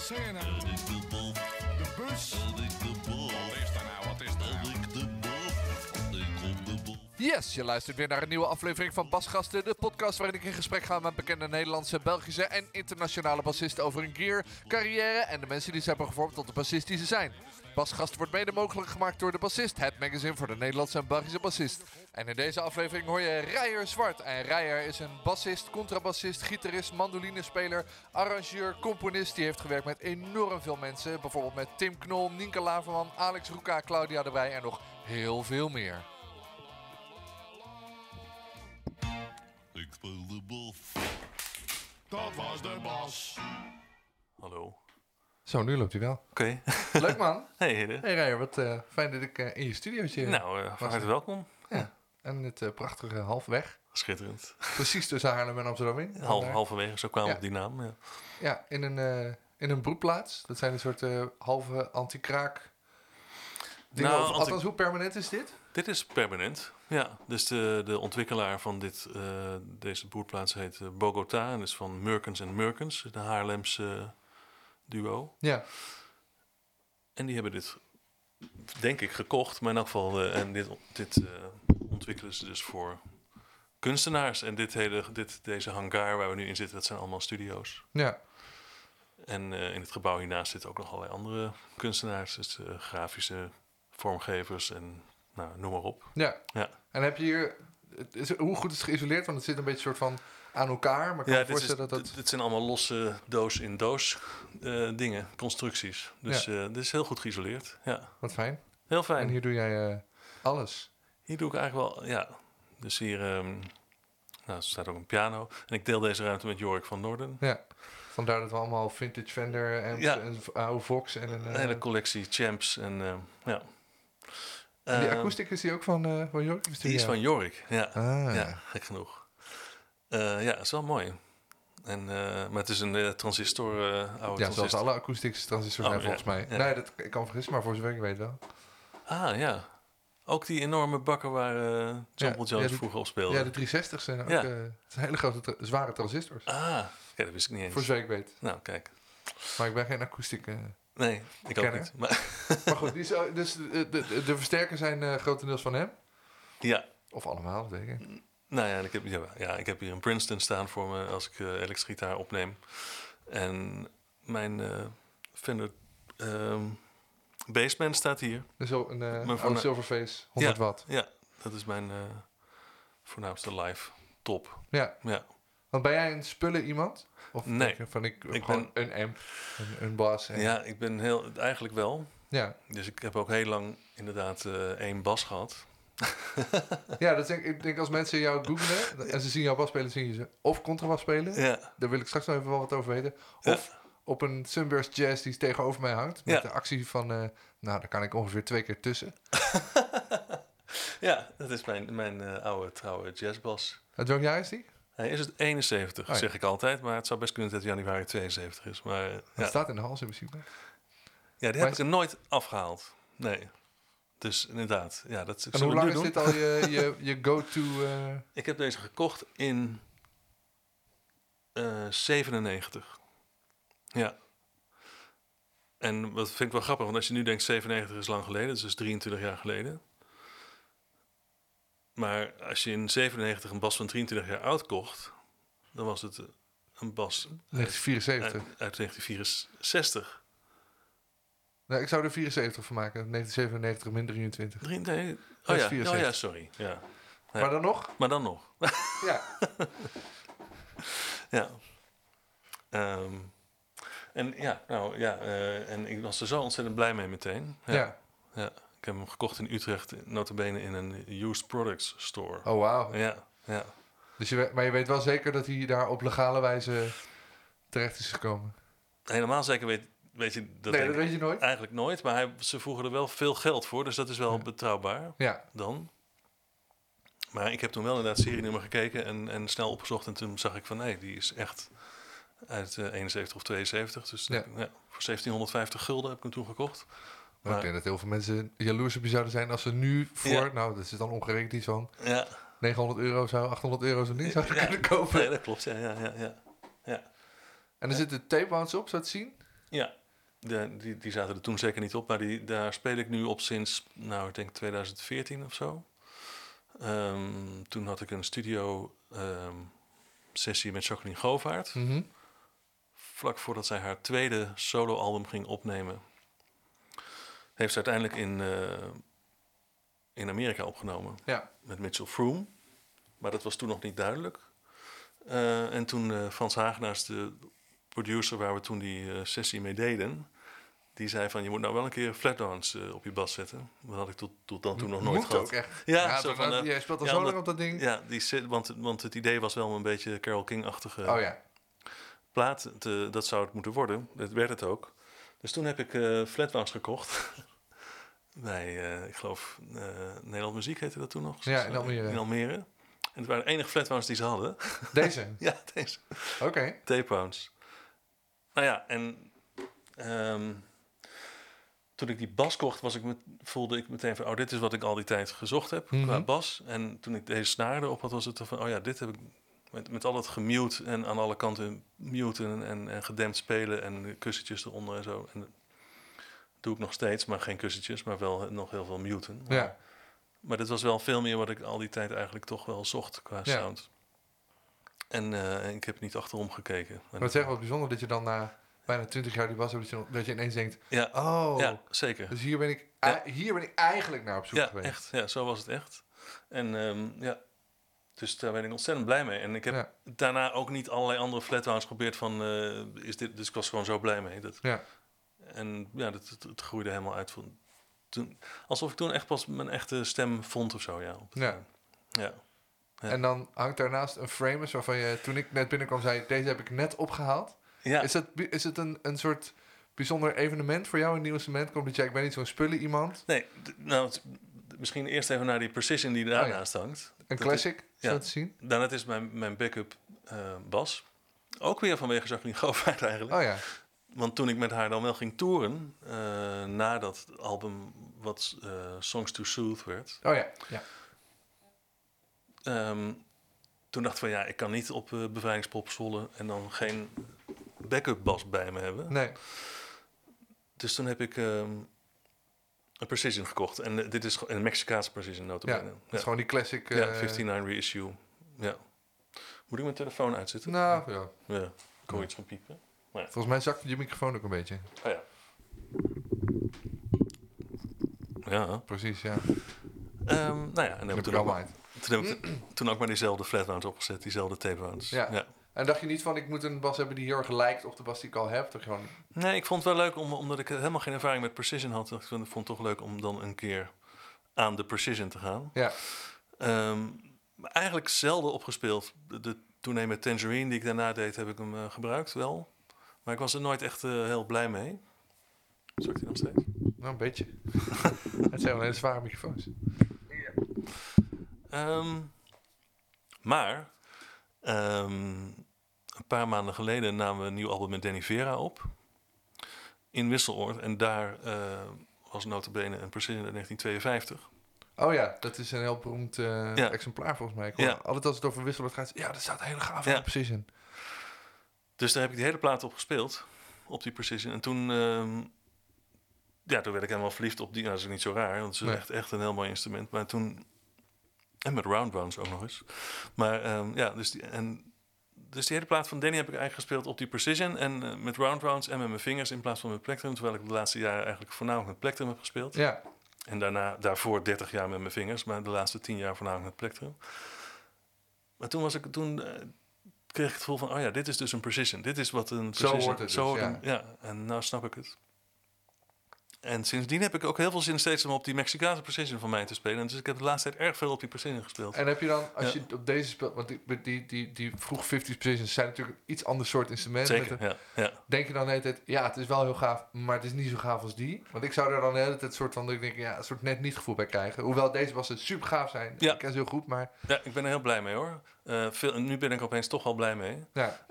scène. De bus. Wat is daar nou? Yes, je luistert weer naar een nieuwe aflevering van Basgasten, de podcast waarin ik in gesprek ga met bekende Nederlandse, Belgische en internationale bassisten over hun gear, carrière en de mensen die ze hebben gevormd tot de bassist die ze zijn. Basgasten wordt mede mogelijk gemaakt door De Bassist, het magazine voor de Nederlandse en Belgische bassist. En in deze aflevering hoor je Rijer Zwart. En Rijer is een bassist, contrabassist, gitarist, mandolinespeler, arrangeur, componist. Die heeft gewerkt met enorm veel mensen. Bijvoorbeeld met Tim Knol, Nienke Laverman, Alex Roeka, Claudia de Brij en nog heel veel meer. Ik speel de bas. Dat was de bas. Hallo. Zo, nu loopt hij wel. Oké. Leuk man. Hey heren. Hey Rijer, wat fijn dat ik in je studiootje Van harte welkom. Ja. En het prachtige halfweg. Schitterend. Precies tussen Haarlem en Amsterdam in. Halverwege, zo kwamen we Ja. op die naam. Ja. Ja, in een broedplaats. Dat zijn een soort halve anti-kraak dingen. Nou, Althans, hoe permanent is dit? Dit is permanent. Ja, dus de ontwikkelaar van deze boerplaats heet Bogota. En is van Merkens en Merkens, de Haarlemse duo. Ja. En die hebben dit, denk ik, gekocht. Maar in elk geval, en dit ontwikkelen ze dus voor kunstenaars. En deze hangar waar we nu in zitten, dat zijn allemaal studio's. Ja. En in het gebouw hiernaast zitten ook nog allerlei andere kunstenaars. Dus grafische vormgevers en nou, noem maar op. Ja. Ja. En heb je hier... hoe goed is het geïsoleerd? Want het zit een beetje soort van aan elkaar. Maar ik kan me voorstellen dat... Dit zijn allemaal losse doos-in-doos dingen, constructies. Dus dit is heel goed geïsoleerd. Ja. Wat fijn. Heel fijn. En hier doe jij alles. Hier doe ik eigenlijk wel, ja. Dus hier er staat ook een piano. En ik deel deze ruimte met Jorik van Noorden. Ja. Vandaar dat we allemaal vintage Fender en oude Vox en Een hele collectie champs en ja. En die akoestiek is die ook van Jorik? Die is van Jorik, ja. Ah. Ja, gek genoeg. Ja, is wel mooi. En, maar het is een transistor, oude transistor. Zoals alle akoestische transistors zijn volgens mij. Ja. Nee, ik kan vergissen, maar voor zover ik weet wel. Ah, ja. Ook die enorme bakken waar John Paul Jones vroeger op speelde. Ja, de 360 zijn ook het zijn hele grote, zware transistors. Ah, kijk, dat wist ik niet eens. Voor zover ik weet. Nou, kijk. Maar ik ben geen akoestiek nee, ik ook niet. Maar goed, dus de versterkers zijn grotendeels van hem? Ja. Of allemaal, dat weet ik. Nou ja, ik heb hier een Princeton staan voor me als ik elektrische gitaar opneem. En mijn Fender Bassman staat hier. Dus een oude Silverface, 100 watt. Ja, dat is mijn voornaamste live top. Ja. Ja. Want ben jij een spullen iemand? Of Nee. denk je van ik gewoon ben een amp, een bas? Ja, ik ben eigenlijk wel. Ja. Dus ik heb ook heel lang inderdaad 1 bas gehad. Ja, ik denk als mensen jou googlen en ze zien jouw bas spelen, zien ze of contrabas spelen. Ja. Daar wil ik straks nog even wel wat over weten. Of op een Sunburst Jazz die tegenover mij hangt. Met de actie van, daar kan ik ongeveer 2 keer tussen. Ja, dat is mijn oude trouwe jazzbas. Uit welk jaar is die? Hij is het 71, zeg ik altijd. Maar het zou best kunnen dat het januari 72 is. Maar, Het staat in de hals in principe. Ja, die heb ik er nooit afgehaald. Nee. Dus inderdaad. Ja, dat en hoe lang is dit al je go-to? Ik heb deze gekocht in 97. Ja. En wat vind ik wel grappig, want als je nu denkt 97 is lang geleden, dus 23 jaar geleden. Maar als je in 97 een bas van 23 jaar oud kocht, dan was het een bas 1974. Uit 1964. Nou, ik zou er 74 van maken. 1997 min 23. Nee. Dat is Oh 74. ja, sorry. Ja. Maar dan nog? Maar dan nog. Ja. Ja. En ik was er zo ontzettend blij mee meteen. Ja. Ik heb hem gekocht in Utrecht, nota bene in een used products store. Oh, wauw. Ja. Dus maar je weet wel zeker dat hij daar op legale wijze terecht is gekomen? Helemaal zeker weet je dat. Nee, dat weet je nooit. Eigenlijk nooit, maar ze vroegen er wel veel geld voor, dus dat is wel betrouwbaar. Ja. Dan. Maar ik heb toen wel inderdaad serienummer gekeken en snel opgezocht. En toen zag ik van nee, die is echt uit 71 of 72. Dus voor 1750 gulden heb ik hem toen gekocht. Maar ik denk dat heel veel mensen jaloers op je zouden zijn als ze nu voor, nou dat is dan ongerekend iets van 900 euro zou, 800 euro zo'n ding zouden kunnen kopen. Nee, dat klopt, ja. En er zitten tapeouts op, zou het zien? Ja, die zaten er toen zeker niet op. Maar daar speel ik nu op sinds, ik denk 2014 of zo. Toen had ik een studio sessie met Jacqueline Govaert. Vlak voordat zij haar tweede soloalbum ging opnemen, heeft ze uiteindelijk in Amerika opgenomen. Ja. Met Mitchell Froome. Maar dat was toen nog niet duidelijk. En toen Frans Hagenaars, de producer waar we toen die sessie mee deden, die zei van, je moet nou wel een keer Flatdance op je bas zetten. Dat had ik tot dan toen nog nooit gehad. Ook echt. Ja, zo van, jij speelt al zo lang op dat ding. Ja, want het idee was wel een beetje Carole King-achtige plaat. Dat zou het moeten worden. Dat werd het ook. Dus toen heb ik Flatdance gekocht. Bij, ik geloof, Nederland Muziek heette dat toen nog. Ja, in Almere. In Almere. En het waren de enige Flatdance die ze hadden. Deze? Ja, deze. Oké. Tapehounds. Nou ja, en toen ik die bas kocht, voelde ik meteen van, dit is wat ik al die tijd gezocht heb qua bas. En toen ik deze snaar erop had, was het van, dit heb ik met al het gemute en aan alle kanten muten en gedempt spelen en kussentjes eronder en zo. En dat doe ik nog steeds, maar geen kussentjes, maar wel nog heel veel muten. Maar dit was wel veel meer wat ik al die tijd eigenlijk toch wel zocht qua sound. En ik heb niet achterom gekeken. Maar het is echt wel bijzonder dat je dan na bijna 20 jaar die bas hebt, dat je ineens denkt, ja, zeker. Dus hier ben ik eigenlijk naar op zoek geweest. Echt. Ja, zo was het echt. En dus daar ben ik ontzettend blij mee. En ik heb daarna ook niet allerlei andere flatdowns geprobeerd van, dus ik was gewoon zo blij mee. En het groeide helemaal uit. Alsof ik toen echt pas mijn echte stem vond of zo, ja. En dan hangt daarnaast een frame waarvan je, toen ik net binnenkwam, zei, deze heb ik net opgehaald. Ja. Is het een soort bijzonder evenement voor jou, een nieuw instrument? Omdat ik ben niet zo'n spullen iemand. Nee, misschien eerst even naar die Precision die daarnaast hangt. Een classic, zo te zien. Dan het is mijn backup bas. Ook weer vanwege Jacqueline Govaert eigenlijk. Oh ja. Want toen ik met haar dan wel ging toeren, na dat album wat Songs to Soothe werd. Oh ja. Toen dacht ik van, ik kan niet op Bevrijdingspop Zwolle en dan geen backup bas bij me hebben. Nee. Dus toen heb ik een Precision gekocht. En dit is een Mexicaanse Precision nota bene. Dat is gewoon die classic... 59 reissue. Ja. Moet ik mijn telefoon uitzetten? Nou, ja. Ik hoor iets van piepen. Maar volgens mij zakte je microfoon ook een beetje. Oh ja. Ja. Precies, ja. En dan heb ik toen ook maar diezelfde flatdowns opgezet, diezelfde tapehounds. Ja. En dacht je niet van, ik moet een bas hebben die heel erg lijkt op de bas die ik al heb? Toch gewoon... Nee, ik vond het wel leuk, omdat ik helemaal geen ervaring met Precision had. Ik vond het toch leuk om dan een keer aan de Precision te gaan. Ja. Eigenlijk zelden opgespeeld. De tournee met Tangerine die ik daarna deed, heb ik hem gebruikt wel. Maar ik was er nooit echt heel blij mee. Zakt hij nog steeds? Nou, een beetje. Het zijn wel hele zware microfoons. Maar een paar maanden geleden namen we een nieuw album met Danny Vera op. In Wisseloord. En daar was nota bene een Precision uit 1952. Oh ja, dat is een heel beroemd exemplaar volgens mij. Altijd als het over Wisseloord gaat, dat staat een hele gaaf aan de Precision. Dus daar heb ik die hele plaat op gespeeld. Op die Precision. En toen werd ik helemaal verliefd op die. Nou, dat is niet zo raar, want het is echt een heel mooi instrument. Maar toen... En met round rounds ook nog eens. Maar dus die hele plaat van Danny heb ik eigenlijk gespeeld op die Precision. En met round rounds en met mijn vingers in plaats van met plektrum. Terwijl ik de laatste jaren eigenlijk voornamelijk met plektrum heb gespeeld. Ja. En daarvoor 30 jaar met mijn vingers. Maar de laatste 10 jaar voornamelijk met plektrum. Maar toen kreeg ik het gevoel van, dit is dus een Precision. Dit is wat een Precision... Zo wordt het dus, en nou snap ik het. En sindsdien heb ik ook heel veel zin steeds om op die Mexicaanse Precision van mij te spelen. En dus ik heb de laatste tijd erg veel op die Precision gespeeld. En heb je dan, als je op deze speelt... Want die vroeg 50's Precisions zijn natuurlijk een iets ander soort instrument. Zeker, Denk je dan de hele tijd, het is wel heel gaaf, maar het is niet zo gaaf als die? Want ik zou er dan de hele tijd soort van, een soort net niet gevoel bij krijgen. Hoewel deze bassen super gaaf zijn. Ik ken ze heel goed, maar... Ja, ik ben er heel blij mee hoor. Nu ben ik opeens toch wel blij mee.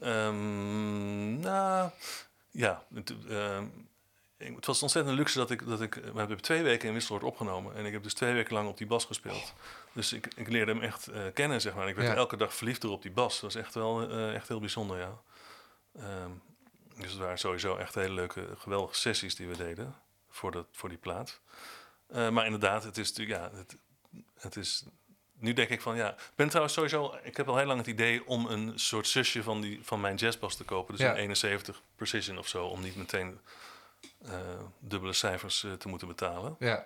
Ja. Het was ontzettend luxe dat ik... We hebben 2 weken in Wisseloord opgenomen. En ik heb dus 2 weken lang op die bas gespeeld. Dus ik leerde hem echt kennen, zeg maar. Ik werd elke dag verliefd door op die bas. Dat was echt wel echt heel bijzonder, ja. Dus het waren sowieso echt hele leuke, geweldige sessies die we deden voor die plaat. Maar inderdaad, het is natuurlijk, het is... Nu denk ik van, ik ben trouwens sowieso... Ik heb al heel lang het idee om een soort zusje van mijn jazzbas te kopen. Dus een 71 Precision of zo, om niet meteen dubbele cijfers te moeten betalen. Ja.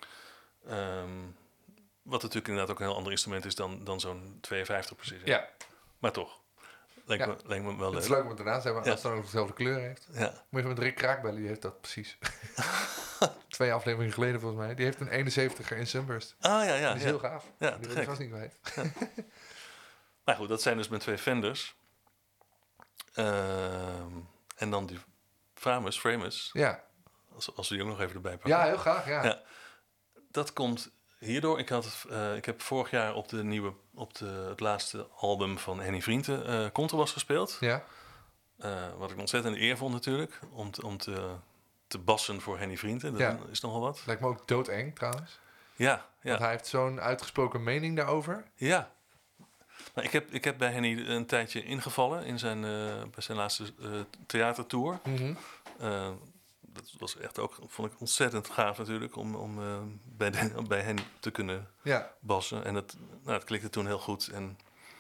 Wat natuurlijk inderdaad ook een heel ander instrument is dan zo'n 52 Precision. Ja. Maar toch, lijkt me wel Het leuk. is leuk om ernaast te hebben als het dan ook dezelfde kleur heeft. Ja. Moet je even met Rick Kraak bellen, die heeft dat precies. 2 afleveringen geleden volgens mij. Die heeft een 71er in Sunburst. Ah, ja. Die is heel gaaf. Ja, die te wil ik gek. vast niet kwijt. Maar goed, dat zijn dus mijn 2 Fenders. En dan die Framus. Ja. Als we die ook nog even erbij pakken. Ja, heel graag, ja. Ja. Dat komt hierdoor. Ik heb vorig jaar op het laatste album van Henny Vrienden contrabas gespeeld. Ja. Wat ik een ontzettende eer vond natuurlijk. Om te bassen voor Henny Vrienden. Dat is nogal wat. Lijkt me ook doodeng trouwens. Ja. Want hij heeft zo'n uitgesproken mening daarover. Ja. Maar ik heb bij Henny een tijdje ingevallen bij zijn laatste theatertour. Mhm. Dat was echt ook, vond ik ontzettend gaaf natuurlijk, om bij hen te kunnen bassen. En het klikte toen heel goed. En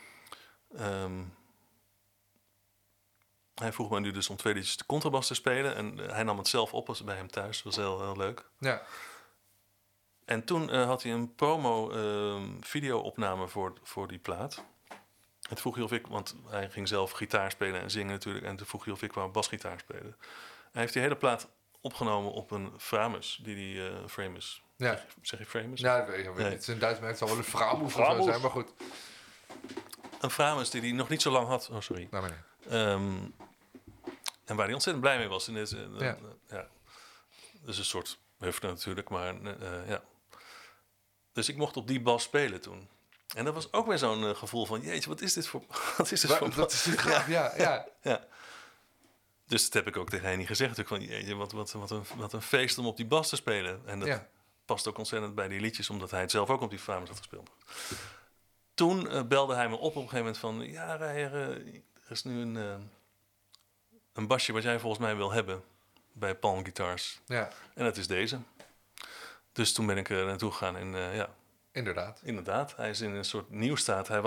hij vroeg me nu dus om 2 liedjes de contrabas te spelen. En hij nam het zelf op bij hem thuis. Dat was heel, heel leuk. Ja. En toen had hij een promo-video-opname voor die plaat. En toen vroeg hij of ik, want hij ging zelf gitaar spelen en zingen natuurlijk. En toen vroeg hij of ik wou basgitaar spelen. Hij heeft die hele plaat opgenomen op een Framus, die Framus. Ja. Zeg je Framus? Ja, weet niet. Het is een Duits merk, het zal wel een Framus of zo zijn, maar goed. Een Framus die hij nog niet zo lang had. Oh, sorry. Nou, maar en waar hij ontzettend blij mee was. Dus een soort Hufner natuurlijk, maar ja. Dus ik mocht op die bas spelen toen. En dat was ook weer zo'n gevoel van, jeetje, wat is dit voor Dat is dit gaaf, ja. Dus dat heb ik ook tegen Henny gezegd. Natuurlijk van, jeetje, wat een feest om op die bas te spelen. En dat past ook ontzettend bij die liedjes, omdat hij het zelf ook op die Framus had gespeeld. Toen belde hij me op een gegeven moment van, ja, Reijer, er is nu een basje wat jij volgens mij wil hebben bij Palm Guitars. Ja. En dat is deze. Dus toen ben ik er naartoe gegaan en Inderdaad, hij is in een soort nieuwstaat. Hij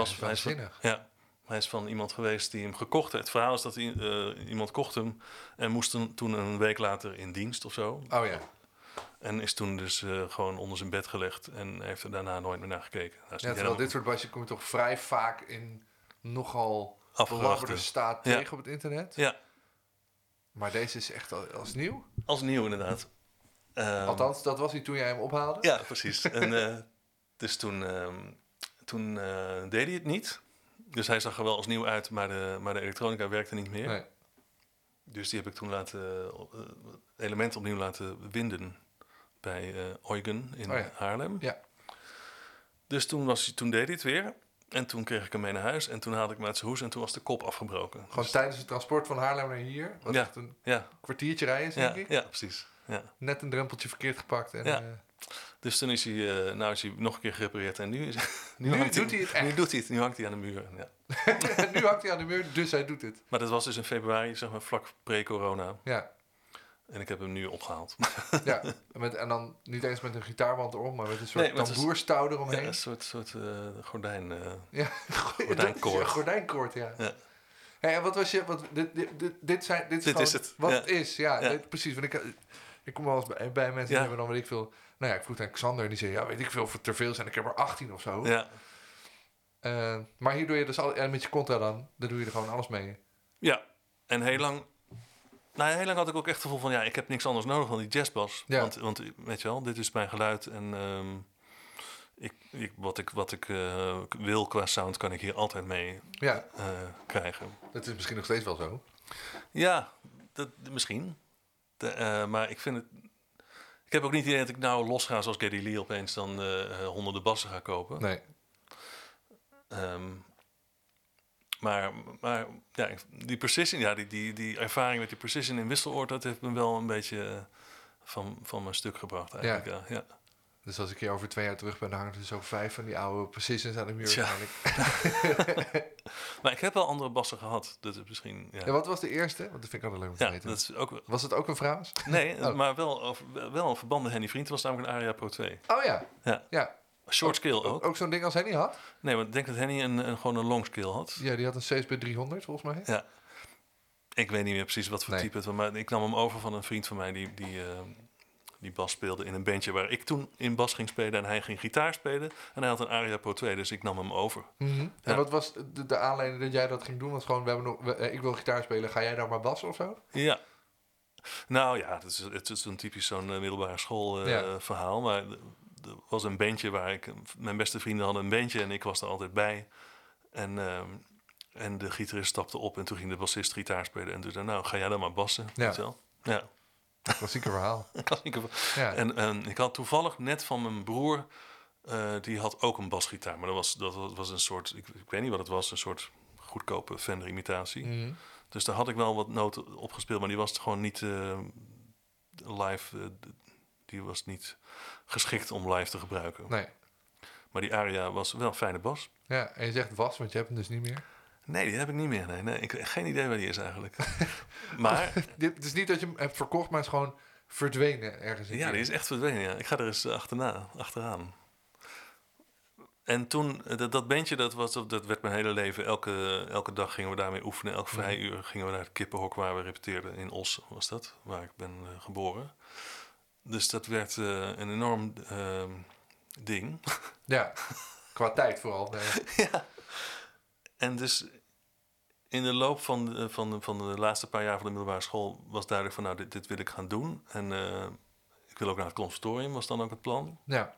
is van iemand geweest die hem gekocht heeft. Het verhaal is dat iemand kocht hem en moest toen een week later in dienst of zo. Oh ja. En is toen dus gewoon onder zijn bed gelegd en heeft er daarna nooit meer naar gekeken. Terwijl dit soort basjes kom je toch vrij vaak in nogal belabberde staat tegen op het internet. Ja. Maar deze is echt als nieuw? Als nieuw, inderdaad. Althans, dat was hij toen jij hem ophaalde? Ja, precies. En dus toen deed hij het niet. Dus hij zag er wel als nieuw uit, maar de elektronica werkte niet meer. Nee. Dus die heb ik toen elementen opnieuw laten winden bij Eugen in Haarlem. Ja. Dus toen deed hij het weer. En toen kreeg ik hem mee naar huis. En toen haalde ik hem uit zijn hoes en toen was de kop afgebroken. Gewoon tijdens het transport van Haarlem naar hier? Wat echt een kwartiertje rijden is, denk ik? Ja, precies. Ja. Net een drempeltje verkeerd gepakt. En, Dus toen is hij, nog een keer gerepareerd. En nu doet hij het echt. Nu doet hij het. Nu hangt hij aan de muur. Ja. Nu hangt hij aan de muur, dus hij doet het. Maar dat was dus in februari, zeg maar vlak pre-corona. Ja. En ik heb hem nu opgehaald. Ja, en dan niet eens met een gitaarband erop, maar met een soort tamboerstouw eromheen. Ja, een soort gordijn. Gordijnkoord. Gordijnkoord, ja. Hey, en wat was je... Dit is het. Wat het is, precies. Want ik kom wel eens bij mensen die hebben dan weet ik veel... Nou ja, ik vroeg aan Xander en die zei... Ja, weet ik veel of het te veel zijn. Ik heb er 18 of zo. Ja. Maar hier doe je dus met je contra dan doe je er gewoon alles mee. Ja, en heel lang had ik ook echt het gevoel van... ik heb niks anders nodig dan die jazzbas. Ja. Want weet je wel, dit is mijn geluid. En wat ik wil qua sound kan ik hier altijd mee krijgen. Dat is misschien nog steeds wel zo. Ja, misschien. Maar ik vind het... Ik heb ook niet het idee dat ik nou losga zoals Geddy Lee opeens dan honderden bassen ga kopen. Nee. Maar ja, die precision, die ervaring met die precision in wisseloord, dat heeft me wel een beetje van mijn stuk gebracht eigenlijk. Ja. Dus als ik hier over 2 jaar terug ben, dan hangen er dus ook 5 van die oude Precisions aan de muur. Tja. waarschijnlijk. Maar ik heb wel andere bassen gehad. Dat is misschien... Ja, Ja, wat was de eerste? Want dat vind ik altijd leuk om te ja weten. dat is ook... Was het ook een Fraas? Nee, Oh. maar wel een verbanden Henny Vriend. was namelijk een Aria Pro 2. Oh ja. Ja. Ja. Short scale ook. Ook zo'n ding als Henny had? Nee, want ik denk dat Henny gewoon een long scale had. Ja, die had een CSP 300 volgens mij. Ja. Ik weet niet meer precies wat voor Nee. type het was. Maar ik nam hem over van een vriend van mij die bas speelde in een bandje waar ik toen in bas ging spelen. En hij ging gitaar spelen. En hij had een Aria Pro 2, dus ik nam hem over. Mhm. Ja. En wat was de aanleiding dat jij dat ging doen? Was gewoon, ik wil gitaar spelen, ga jij nou maar bas of zo? Ja. Nou ja, het is een typisch zo'n middelbare school Ja. verhaal. Maar er was een bandje waar mijn beste vrienden hadden een bandje en ik was er altijd bij. En de gitarist stapte op en toen ging de bassist gitaar spelen. En toen zei nou, ga jij dan maar bassen? Ja. Weet je wel? Ja. Klassieke verhaal. Ja. En ik had toevallig net van mijn broer, die had ook een basgitaar. Maar dat was een soort, ik weet niet wat het was, een soort goedkope Fender imitatie. Mhm. Dus daar had ik wel wat noten opgespeeld, maar die was gewoon niet live. Die was niet geschikt om live te gebruiken. Nee. Maar die Aria was wel een fijne bas. Ja, en je zegt was, want je hebt hem dus niet meer. Nee, die heb ik niet meer. Nee. Ik heb geen idee waar die is eigenlijk. Maar Het is niet dat je hem hebt verkocht, maar het is gewoon verdwenen ergens in. ja, die is echt verdwenen. Ja. Ik ga er eens achteraan. En toen, dat bandje, dat werd mijn hele leven. Elke dag gingen we daarmee oefenen. Elk vrij uur gingen we naar het kippenhok waar we repeteerden. In Os was dat, waar ik ben geboren. Dus dat werd een enorm ding. Ja, qua tijd vooral. Nee. Ja. En dus in de loop van de laatste paar jaar van de middelbare school was duidelijk van nou, dit wil ik gaan doen. En ik wil ook naar het conservatorium, was dan ook het plan. Ja.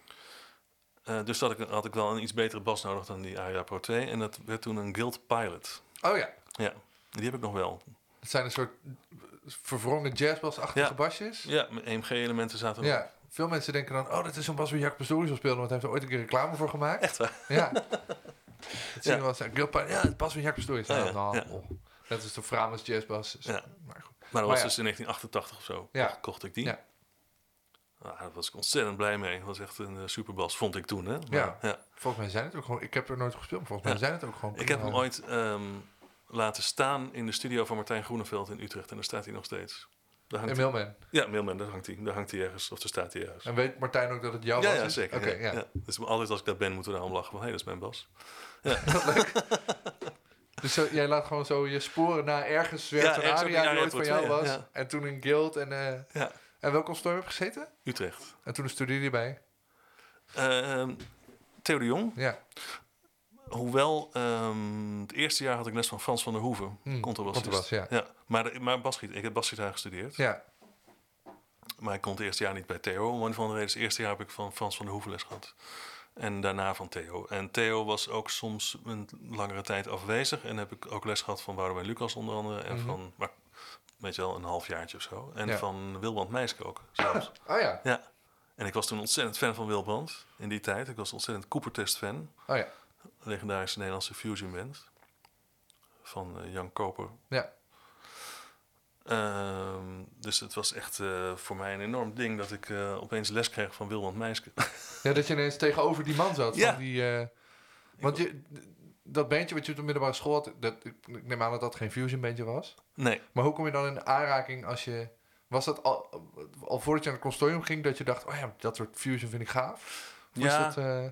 Dus had ik wel een iets betere bas nodig dan die Aria Pro 2. En dat werd toen een Guild Pilot. Oh ja, Ja, die heb ik nog wel. het zijn een soort verwrongen jazzbasachtige Ja. basjes. Ja, met EMG-elementen zaten erop. Ja, veel mensen denken dan, oh, dit is zo'n bas waar Jack Pastorius speelde, want hij heeft er ooit een keer reclame voor gemaakt. Echt waar? Ja. Dat zie je wel eens. Ja, het past bij Jack Pastorius. Ja, Nou, nou, ja. oh. Dat is de Framus jazzbas. Dus- Ja. Maar goed. Maar dat was ja. dus in 1988 of zo. Ja. Kocht ik die. Ja. Nou, daar was ik ontzettend blij mee. Dat was echt een superbas, vond ik toen. Hè? Ja. Ja. Volgens mij zijn het ook gewoon, ik heb er nooit gespeeld, maar volgens mij Ja. zijn het ook gewoon. Ik heb hem ooit laten staan in de studio van Martijn Groeneveld in Utrecht. En daar staat hij nog steeds. Daar hangt En Mailman. Ja, Mailman, daar hangt hij ergens. Of daar staat hij ergens. En weet Martijn ook dat het jouw Ja, bas ja, is? zeker. Oké, ja. ja. Ja. Dus altijd als ik daar ben, moeten we daarom lachen van... hé, dat is mijn bas. Dus jij laat gewoon zo je sporen na ergens werd Ja, zo'n ergens op aria die die ooit Aria van jou Pro was. 2, ja. En toen een guild en Ja, welk conservatorium heb je gezeten? Utrecht. En toen studeerde je bij? Theo de Jong. Ja. Hoewel, het eerste jaar had ik les van Frans van der Hoeven. Contrabassist. Contrabas, ja. Maar ik heb basgitaar gestudeerd. Ja. Maar ik kon het eerste jaar niet bij Theo. Om een van de redenen. Het eerste jaar heb ik van Frans van der Hoeven les gehad. En daarna van Theo. En Theo was ook soms een langere tijd afwezig. En heb ik ook les gehad van Boudewijn Lucas onder andere. En van, maar, weet je wel, een halfjaartje of zo. En Ja. van Wilbrand Meiske ook zelfs. Oh ja. Ja. En ik was toen ontzettend fan van Wilbrand in die tijd. Ik was ontzettend Coopertest fan. Oh ja. Legendarische Nederlandse fusion band. Van Jan Koper. Ja. Dus het was echt voor mij een enorm ding dat ik opeens les kreeg van Wilbrand Meiske. Ja, dat je ineens tegenover die man zat. Ja. Van die, want dat bandje wat je op de middelbare school had, ik neem aan dat dat geen fusion bandje was. Nee, Maar hoe kom je dan in aanraking als je... Was dat al voordat je naar het consortium ging, dat je dacht, oh ja, dat soort fusion vind ik gaaf? Of Ja. was dat,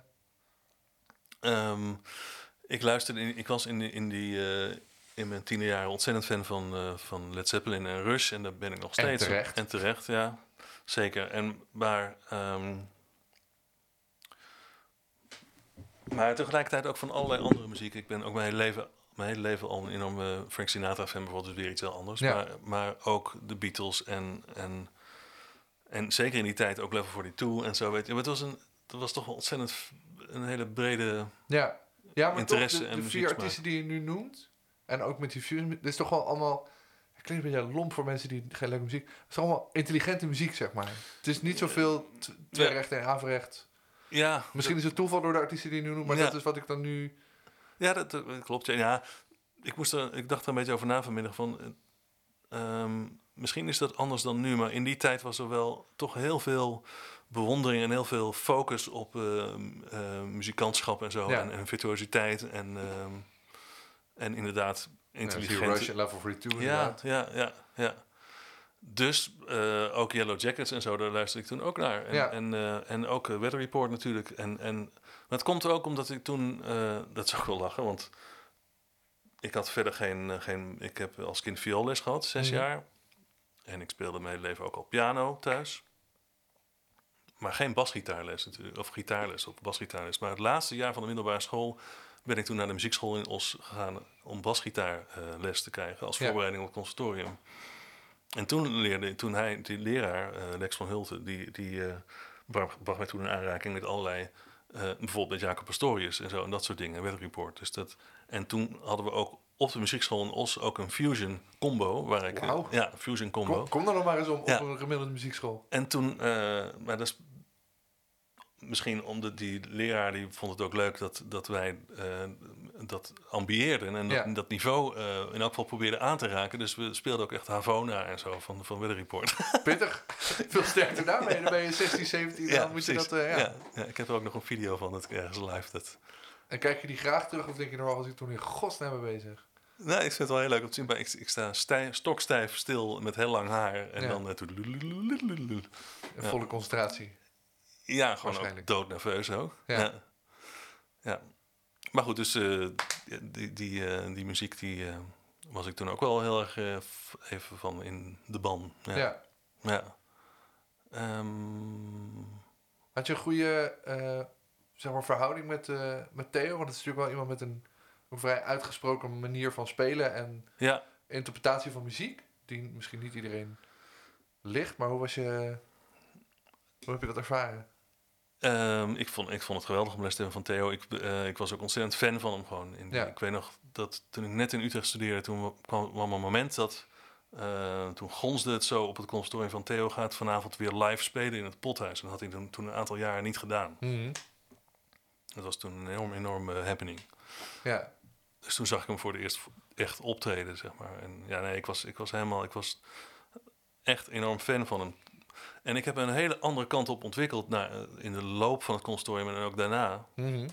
ik was in mijn tienerjaren ontzettend fan van Led Zeppelin en Rush. En daar ben ik nog steeds. terecht. En terecht, ja. Zeker. Maar tegelijkertijd ook van allerlei andere muziek. Ik ben ook mijn hele leven al een enorme Frank Sinatra fan bijvoorbeeld. Dus weer iets heel anders. Ja. Maar ook de Beatles en zeker in die tijd ook Level 42 en zo. Weet je. Maar het was toch wel ontzettend een hele brede... ja, maar interesse toch, en de vier muzieksmaak. artiesten die je nu noemt, en ook met die fusion, dit is toch wel allemaal... Het klinkt een beetje lomp voor mensen die geen leuke muziek... Het is allemaal intelligente muziek, zeg maar. Het is niet zoveel tweerecht en averecht. Ja, Misschien is het toeval door de artiesten die je nu noemt, maar Ja. dat is wat ik dan nu... Ja, dat klopt. Ja, ik dacht er een beetje over na vanmiddag van... misschien is dat anders dan nu, maar in die tijd was er wel toch heel veel bewondering en heel veel focus op muzikantschap en zo. Ja. En virtuositeit en inderdaad intelligent. Rush en Level 42 Ja, inderdaad. ja. Dus ook Yellow Jackets en zo, daar luisterde ik toen ook naar. En ook Weather Report natuurlijk. Maar het komt ook omdat ik toen... dat is ook wel lachen, want ik had verder geen... Ik heb als kind vioolles gehad, 6 jaar. En ik speelde mijn hele leven ook al piano thuis. Maar geen basgitaarles natuurlijk. Of gitaarles of basgitaarles. Maar het laatste jaar van de middelbare school ben ik toen naar de muziekschool in Os gegaan om basgitaarles te krijgen als voorbereiding op het conservatorium. En toen die leraar, Lex van Hulten, die bracht mij toen in aanraking met allerlei, bijvoorbeeld met Jacob Pastorius en zo en dat soort dingen, Weather Report. En toen hadden we ook op de muziekschool in Os ook een fusion combo, waar ik... Wauw. Fusion combo. Kom dan nog maar eens op een gemiddelde muziekschool. En toen, maar dat is misschien omdat die leraar die vond het ook leuk dat wij dat ambieerden en dat niveau in elk geval probeerden aan te raken. Dus we speelden ook echt Havana en zo van Weather Report. Pittig. Veel sterkte daarmee. Dan ben je 16, 17. Dan moet je dat... Ja, ik heb er ook nog een video van dat ik ergens live En kijk je die graag terug of denk je nog wel, was ik toen in godsnaam mee bezig? Nee, ik vind het wel heel leuk om te zien. Maar ik sta stokstijf stil met heel lang haar en dan... Volle concentratie. Ja, gewoon ook doodnerveus ook. Ja. Maar goed, dus die muziek die was ik toen ook wel heel erg even van in de ban. Ja. Had je een goede zeg maar verhouding met Theo? Want het is natuurlijk wel iemand met een vrij uitgesproken manier van spelen en interpretatie van muziek. Die misschien niet iedereen ligt, maar hoe heb je dat ervaren? Ik vond het geweldig om les te hebben van Theo. Ik was ook ontzettend fan van hem gewoon. Ik weet nog dat toen ik net in Utrecht studeerde, toen kwam een moment dat... toen gonsde het zo op het conservatorium van Theo gaat vanavond weer live spelen in het Pothuis. En dat had hij toen een aantal jaren niet gedaan. Mm-hmm. Dat was toen een enorme happening. Ja. Dus toen zag ik hem voor de eerst echt optreden, zeg maar. En ik was echt enorm fan van hem. En ik heb een hele andere kant op ontwikkeld in de loop van het conservatorium en ook daarna. Mm-hmm.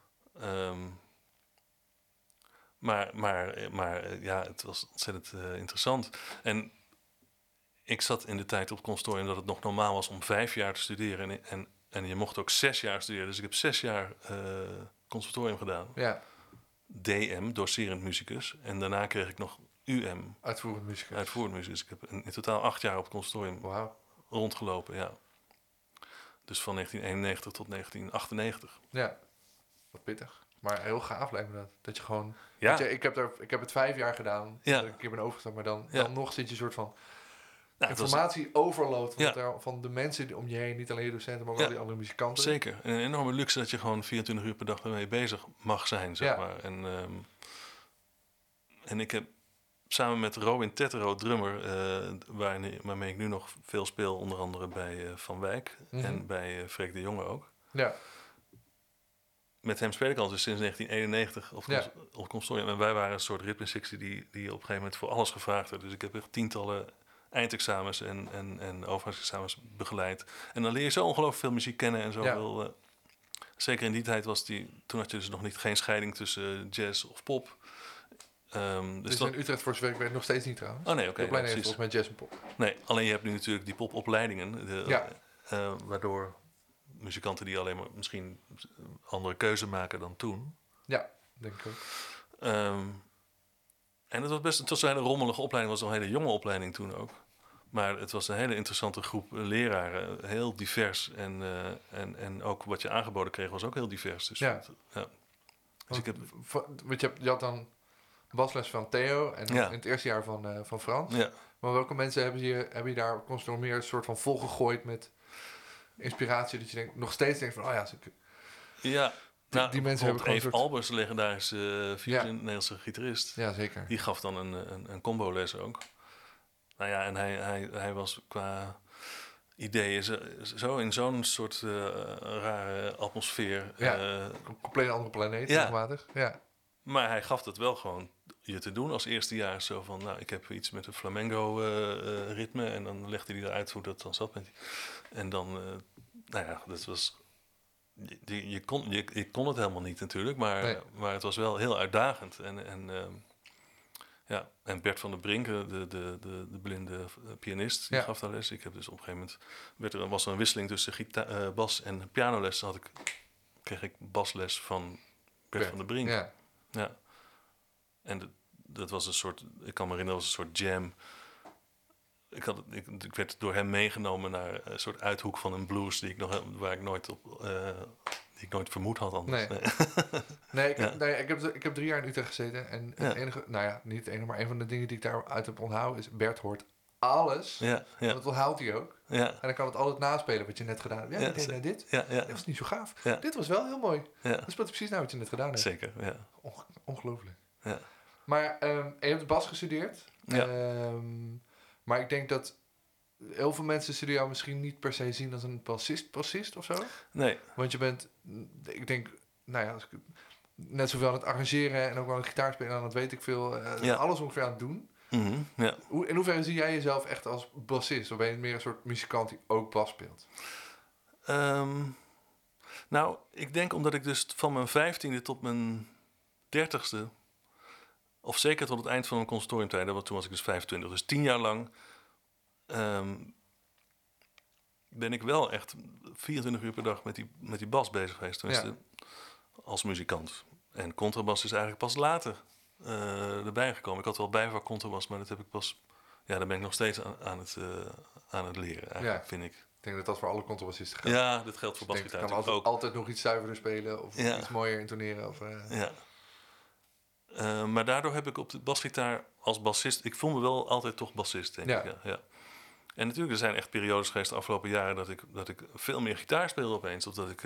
Maar het was ontzettend interessant. En ik zat in de tijd op het conservatorium dat het nog normaal was om 5 jaar te studeren. En je mocht ook 6 jaar studeren. Dus ik heb 6 jaar conservatorium gedaan. Ja. DM, docerend muzikus. En daarna kreeg ik nog UM. Uitvoerend muzikus. Ik heb in totaal 8 jaar op het conservatorium rondgelopen, ja. Dus van 1991 tot 1998. Ja, wat pittig. Maar heel gaaf lijkt me dat. Dat je gewoon... Ja. Je, ik heb het 5 jaar gedaan. Dat ik een keer ben overgestapt. Maar dan nog zit je een soort van informatie overload van de mensen die om je heen. Niet alleen je docenten, maar ook al die andere muzikanten. Zeker. En een enorme luxe dat je gewoon 24 uur per dag ermee bezig mag zijn, zeg maar. En ik heb samen met Robin Tettero, drummer, waarmee ik nu nog veel speel, onder andere bij Van Wijk en bij Freek de Jonge ook. Ja. Met hem speel ik al dus sinds 1991 op consortium. En wij waren een soort ritmesectie die op een gegeven moment voor alles gevraagd werd. Dus ik heb echt tientallen eindexamens en overgangsexamens begeleid. En dan leer je zo ongelooflijk veel muziek kennen en zoveel. Zeker in die tijd toen had je dus nog geen scheiding tussen jazz of pop. Dus in Utrecht voor zover ik weet nog steeds niet trouwens. Oh nee, oké. Opleiding heeft volgens mij jazz en pop. Nee, alleen je hebt nu natuurlijk die popopleidingen. Waardoor muzikanten die alleen maar misschien andere keuze maken dan toen. Ja, denk ik ook. En het was een hele rommelige opleiding. Het was een hele jonge opleiding toen ook. Maar het was een hele interessante groep leraren. Heel divers. En ook wat je aangeboden kreeg was ook heel divers. Dus Dus je had dan basles van Theo en in het eerste jaar van Frans. Ja. Maar welke mensen hebben je daar constant meer een soort van volgegooid met inspiratie, dat je nog steeds denkt van, die mensen hebben gewoon Eve Albers, legendarische fusion Nederlandse gitarist. Ja, zeker. Die gaf dan een combo-les ook. Nou ja, en hij was qua ideeën zo in zo'n soort rare atmosfeer. Ja, compleet andere planeet, regelmatig. Ja. Maar hij gaf het wel gewoon je te doen als eerstejaars. Zo van, nou, ik heb iets met een flamenco ritme. En dan legde hij eruit hoe dat dan zat met die. En dan, nou ja, dat was... Je kon het helemaal niet natuurlijk. Maar het was wel heel uitdagend. En Bert van der Brink, de blinde pianist, die gaf daar les. Ik heb dus op een gegeven moment... was er een wisseling tussen bas en pianoles. Kreeg ik basles van Bert van der Brink. Ja. En dat was een soort... Ik kan me herinneren, dat was een soort jam. Ik werd door hem meegenomen naar een soort uithoek van een blues... die ik nooit vermoed had anders. Ik heb 3 jaar in Utrecht gezeten. En het enige... Nou ja, niet het enige, maar een van de dingen die ik daaruit heb onthouden... is Bert hoort alles. En dat onthoudt hij ook. En dan kan het altijd naspelen wat je net gedaan hebt. Ja, ik deed dit. Dat was niet zo gaaf. Dit was wel heel mooi. Dat speelt precies nou wat je net gedaan hebt. Zeker, ja. Ongelooflijk. Ja. Maar je hebt bas gestudeerd. Maar ik denk dat heel veel mensen zullen jou misschien niet per se zien als een bassist of zo. Nee. Want je bent, ik denk, nou ja, net zoveel aan het arrangeren en ook aan het gitaarspelen en aan het weet ik veel. Alles ongeveer aan het doen. Mm-hmm, ja. In hoeverre zie jij jezelf echt als bassist? Of ben je meer een soort muzikant die ook bas speelt? Nou, ik denk omdat ik dus van mijn 15e tot mijn 30e... of zeker tot het eind van mijn conservatoriumtijd... want toen was ik dus 25, dus 10 jaar lang... ben ik wel echt 24 uur per dag met die bas bezig geweest. Tenminste, als muzikant. En contrabas is eigenlijk pas later erbij gekomen. Ik had wel bijvak contrabas, maar dat heb ik pas... Ja, daar ben ik nog steeds aan het leren, eigenlijk, vind ik. Ik denk dat dat voor alle contrabassisten geldt. Ja, dat geldt voor basgitaar ook. Je kan altijd nog iets zuiverder spelen of iets mooier intoneren. Maar daardoor heb ik op de basgitaar als bassist... Ik voel me wel altijd toch bassist, denk ik. Ja. En natuurlijk, er zijn echt periodes geweest de afgelopen jaren... dat ik veel meer gitaar speelde opeens. Of dat ik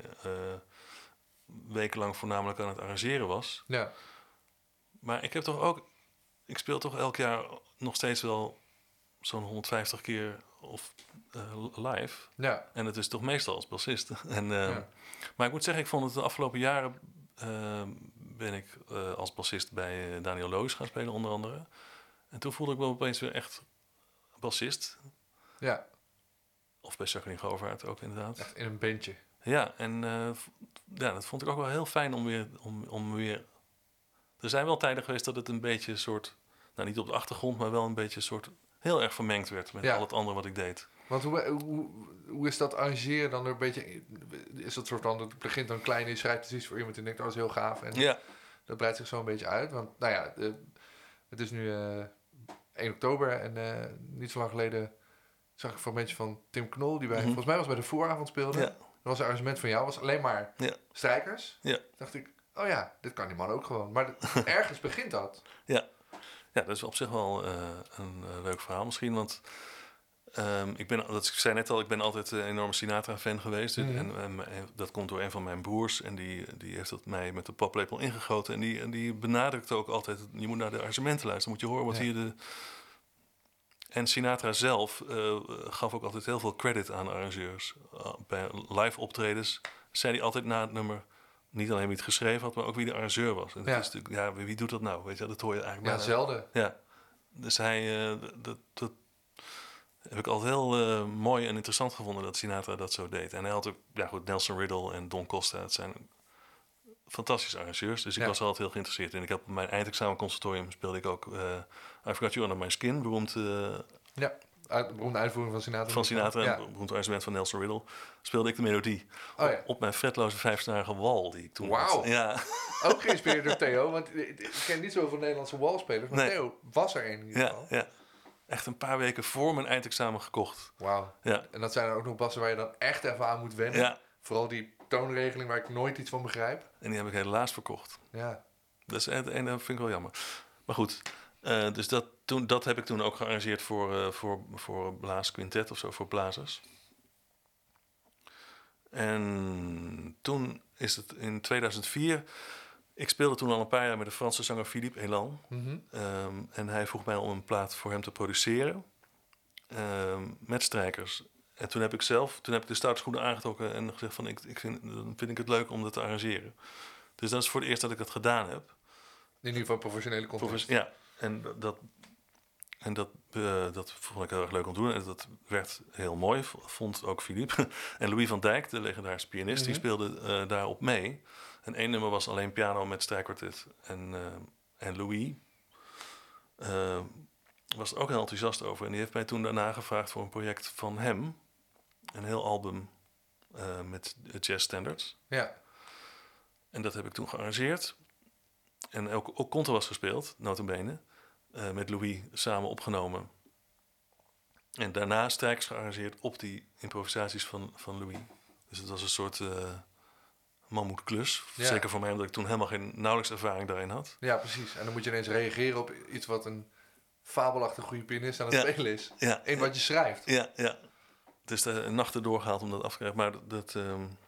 wekenlang voornamelijk aan het arrangeren was. Ja. Maar ik heb toch ook... Ik speel toch elk jaar nog steeds wel zo'n 150 keer of live. Ja. En het is toch meestal als bassist. Maar ik moet zeggen, ik vond het de afgelopen jaren... ben ik als bassist bij Daniel Loos gaan spelen, onder andere. En toen voelde ik me opeens weer echt bassist. Ja. Of bij Jacqueline Govaert ook, inderdaad. Echt in een bandje. Ja, en dat vond ik ook wel heel fijn om weer... Er zijn wel tijden geweest dat het een beetje een soort... Nou, niet op de achtergrond, maar wel een beetje een soort... heel erg vermengd werd met al het andere wat ik deed. Want hoe is dat arrangeren dan er een beetje... Is dat soort van... Het begint dan klein, je schrijft precies voor iemand en denkt... Oh, dat is heel gaaf. En dat breidt zich zo een beetje uit. Want, nou ja, het is nu 1 oktober... en niet zo lang geleden zag ik een fragmentje van Tim Knol... die volgens mij was bij de vooravond speelde. Dat was een arrangement van jou. Was alleen maar strijkers. Toen dacht ik... Oh ja, dit kan die man ook gewoon. Maar ergens begint dat. Ja, dat is op zich wel een leuk verhaal misschien. Want ik zei net al, ik ben altijd een enorme Sinatra-fan geweest. En dat komt door een van mijn broers. En die heeft dat mij met de paplepel ingegoten. En die benadrukte ook altijd... Je moet naar de arrangementen luisteren. Moet je horen wat hier de... En Sinatra zelf gaf ook altijd heel veel credit aan arrangeurs. Bij live optredens zei hij altijd na het nummer... Niet alleen wie het geschreven had, maar ook wie de arrangeur was. En dat is natuurlijk, wie doet dat nou? Weet je, dat hoor je eigenlijk zelden. Ja, dus dat heb ik altijd heel mooi en interessant gevonden dat Sinatra dat zo deed. En hij had ook, Nelson Riddle en Don Costa, het zijn fantastische arrangeurs. Dus ik was er altijd heel geïnteresseerd in. Ik heb op mijn eindexamen conservatorium speelde ik ook I Forgot You Under My Skin, beroemd... de beroemde uitvoering van Sinatra. Van Sinatra, een beroemd arrangement van Nelson Riddle. Speelde ik de melodie op mijn fretloze 5-snarige wal die ik toen had. Ja. Ook geïnspireerd door Theo, want ik ken niet zoveel Nederlandse walspelers, maar Theo was er een in ieder geval. Ja. Echt een paar weken voor mijn eindexamen gekocht. Wauw. Ja. En dat zijn er ook nog bassen waar je dan echt even aan moet wennen. Ja. Vooral die toonregeling waar ik nooit iets van begrijp. En die heb ik helaas verkocht. Ja. Dat vind ik wel jammer. Maar goed, dus dat heb ik toen ook gearrangeerd voor blaasquintet of zo, voor blazers. En toen is het in 2004... Ik speelde toen al een paar jaar met de Franse zanger Philippe Elan. En hij vroeg mij om een plaat voor hem te produceren. Met strijkers. En toen heb ik de stoute schoenen aangetrokken en gezegd van... dan vind ik het leuk om dat te arrangeren. Dus dat is voor het eerst dat ik het gedaan heb. In ieder geval professionele context. Ja, en dat vond ik heel erg leuk om te doen. En dat werd heel mooi, vond ook Philippe. En Louis van Dijk, de legendarische pianist, die speelde daarop mee. En één nummer was alleen piano met strijkkwartet. En Louis was er ook heel enthousiast over. En die heeft mij toen daarna gevraagd voor een project van hem. Een heel album met jazz standards. Ja. En dat heb ik toen gearrangeerd. En ook contrabas gespeeld, nota bene. Met Louis samen opgenomen. En daarna strijkers gearrangeerd op die improvisaties van Louis. Dus het was een soort mammoetklus. Ja. Zeker voor mij, omdat ik toen helemaal nauwelijks ervaring daarin had. Ja, precies. En dan moet je ineens reageren op iets wat een fabelachtig goede pianist aan het spelen is. Ja. Eén wat je schrijft. Ja. Dus de nachten doorgehaald om dat af te krijgen. Maar dat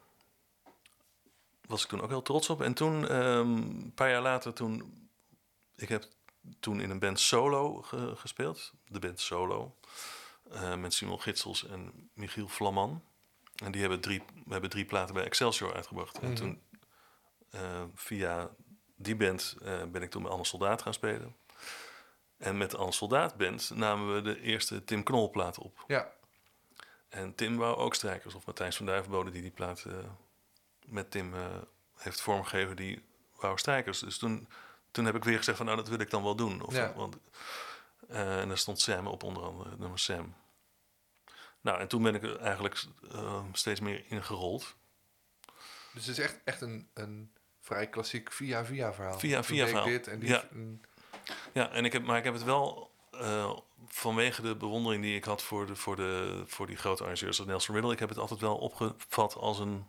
was ik toen ook heel trots op. En toen, een paar jaar later, ik heb toen in een band solo gespeeld. De band Solo. Met Simon Gitsels en Michiel Vlamman. En we hebben 3 platen bij Excelsior uitgebracht. En toen, via die band, ben ik toen bij Anne Soldaat gaan spelen. En met de Anne Soldaat band namen we de eerste Tim Knol plaat op. Ja. En Tim wou ook strijkers. Of Matthijs van Duivenbode die plaat met Tim heeft vormgegeven, die wou strijkers. Dus toen heb ik weer gezegd van nou, dat wil ik dan wel doen. En daar stond Sam op, onder andere het nummer Sam. Nou, en toen ben ik er eigenlijk steeds meer ingerold. Dus het is echt een vrij klassiek via verhaal. Via verhaal. Dit en die. Ja. Ja, en ik heb het wel vanwege de bewondering die ik had voor die grote arrangeurs als Nelson Riddle, ik heb het altijd wel opgevat als een.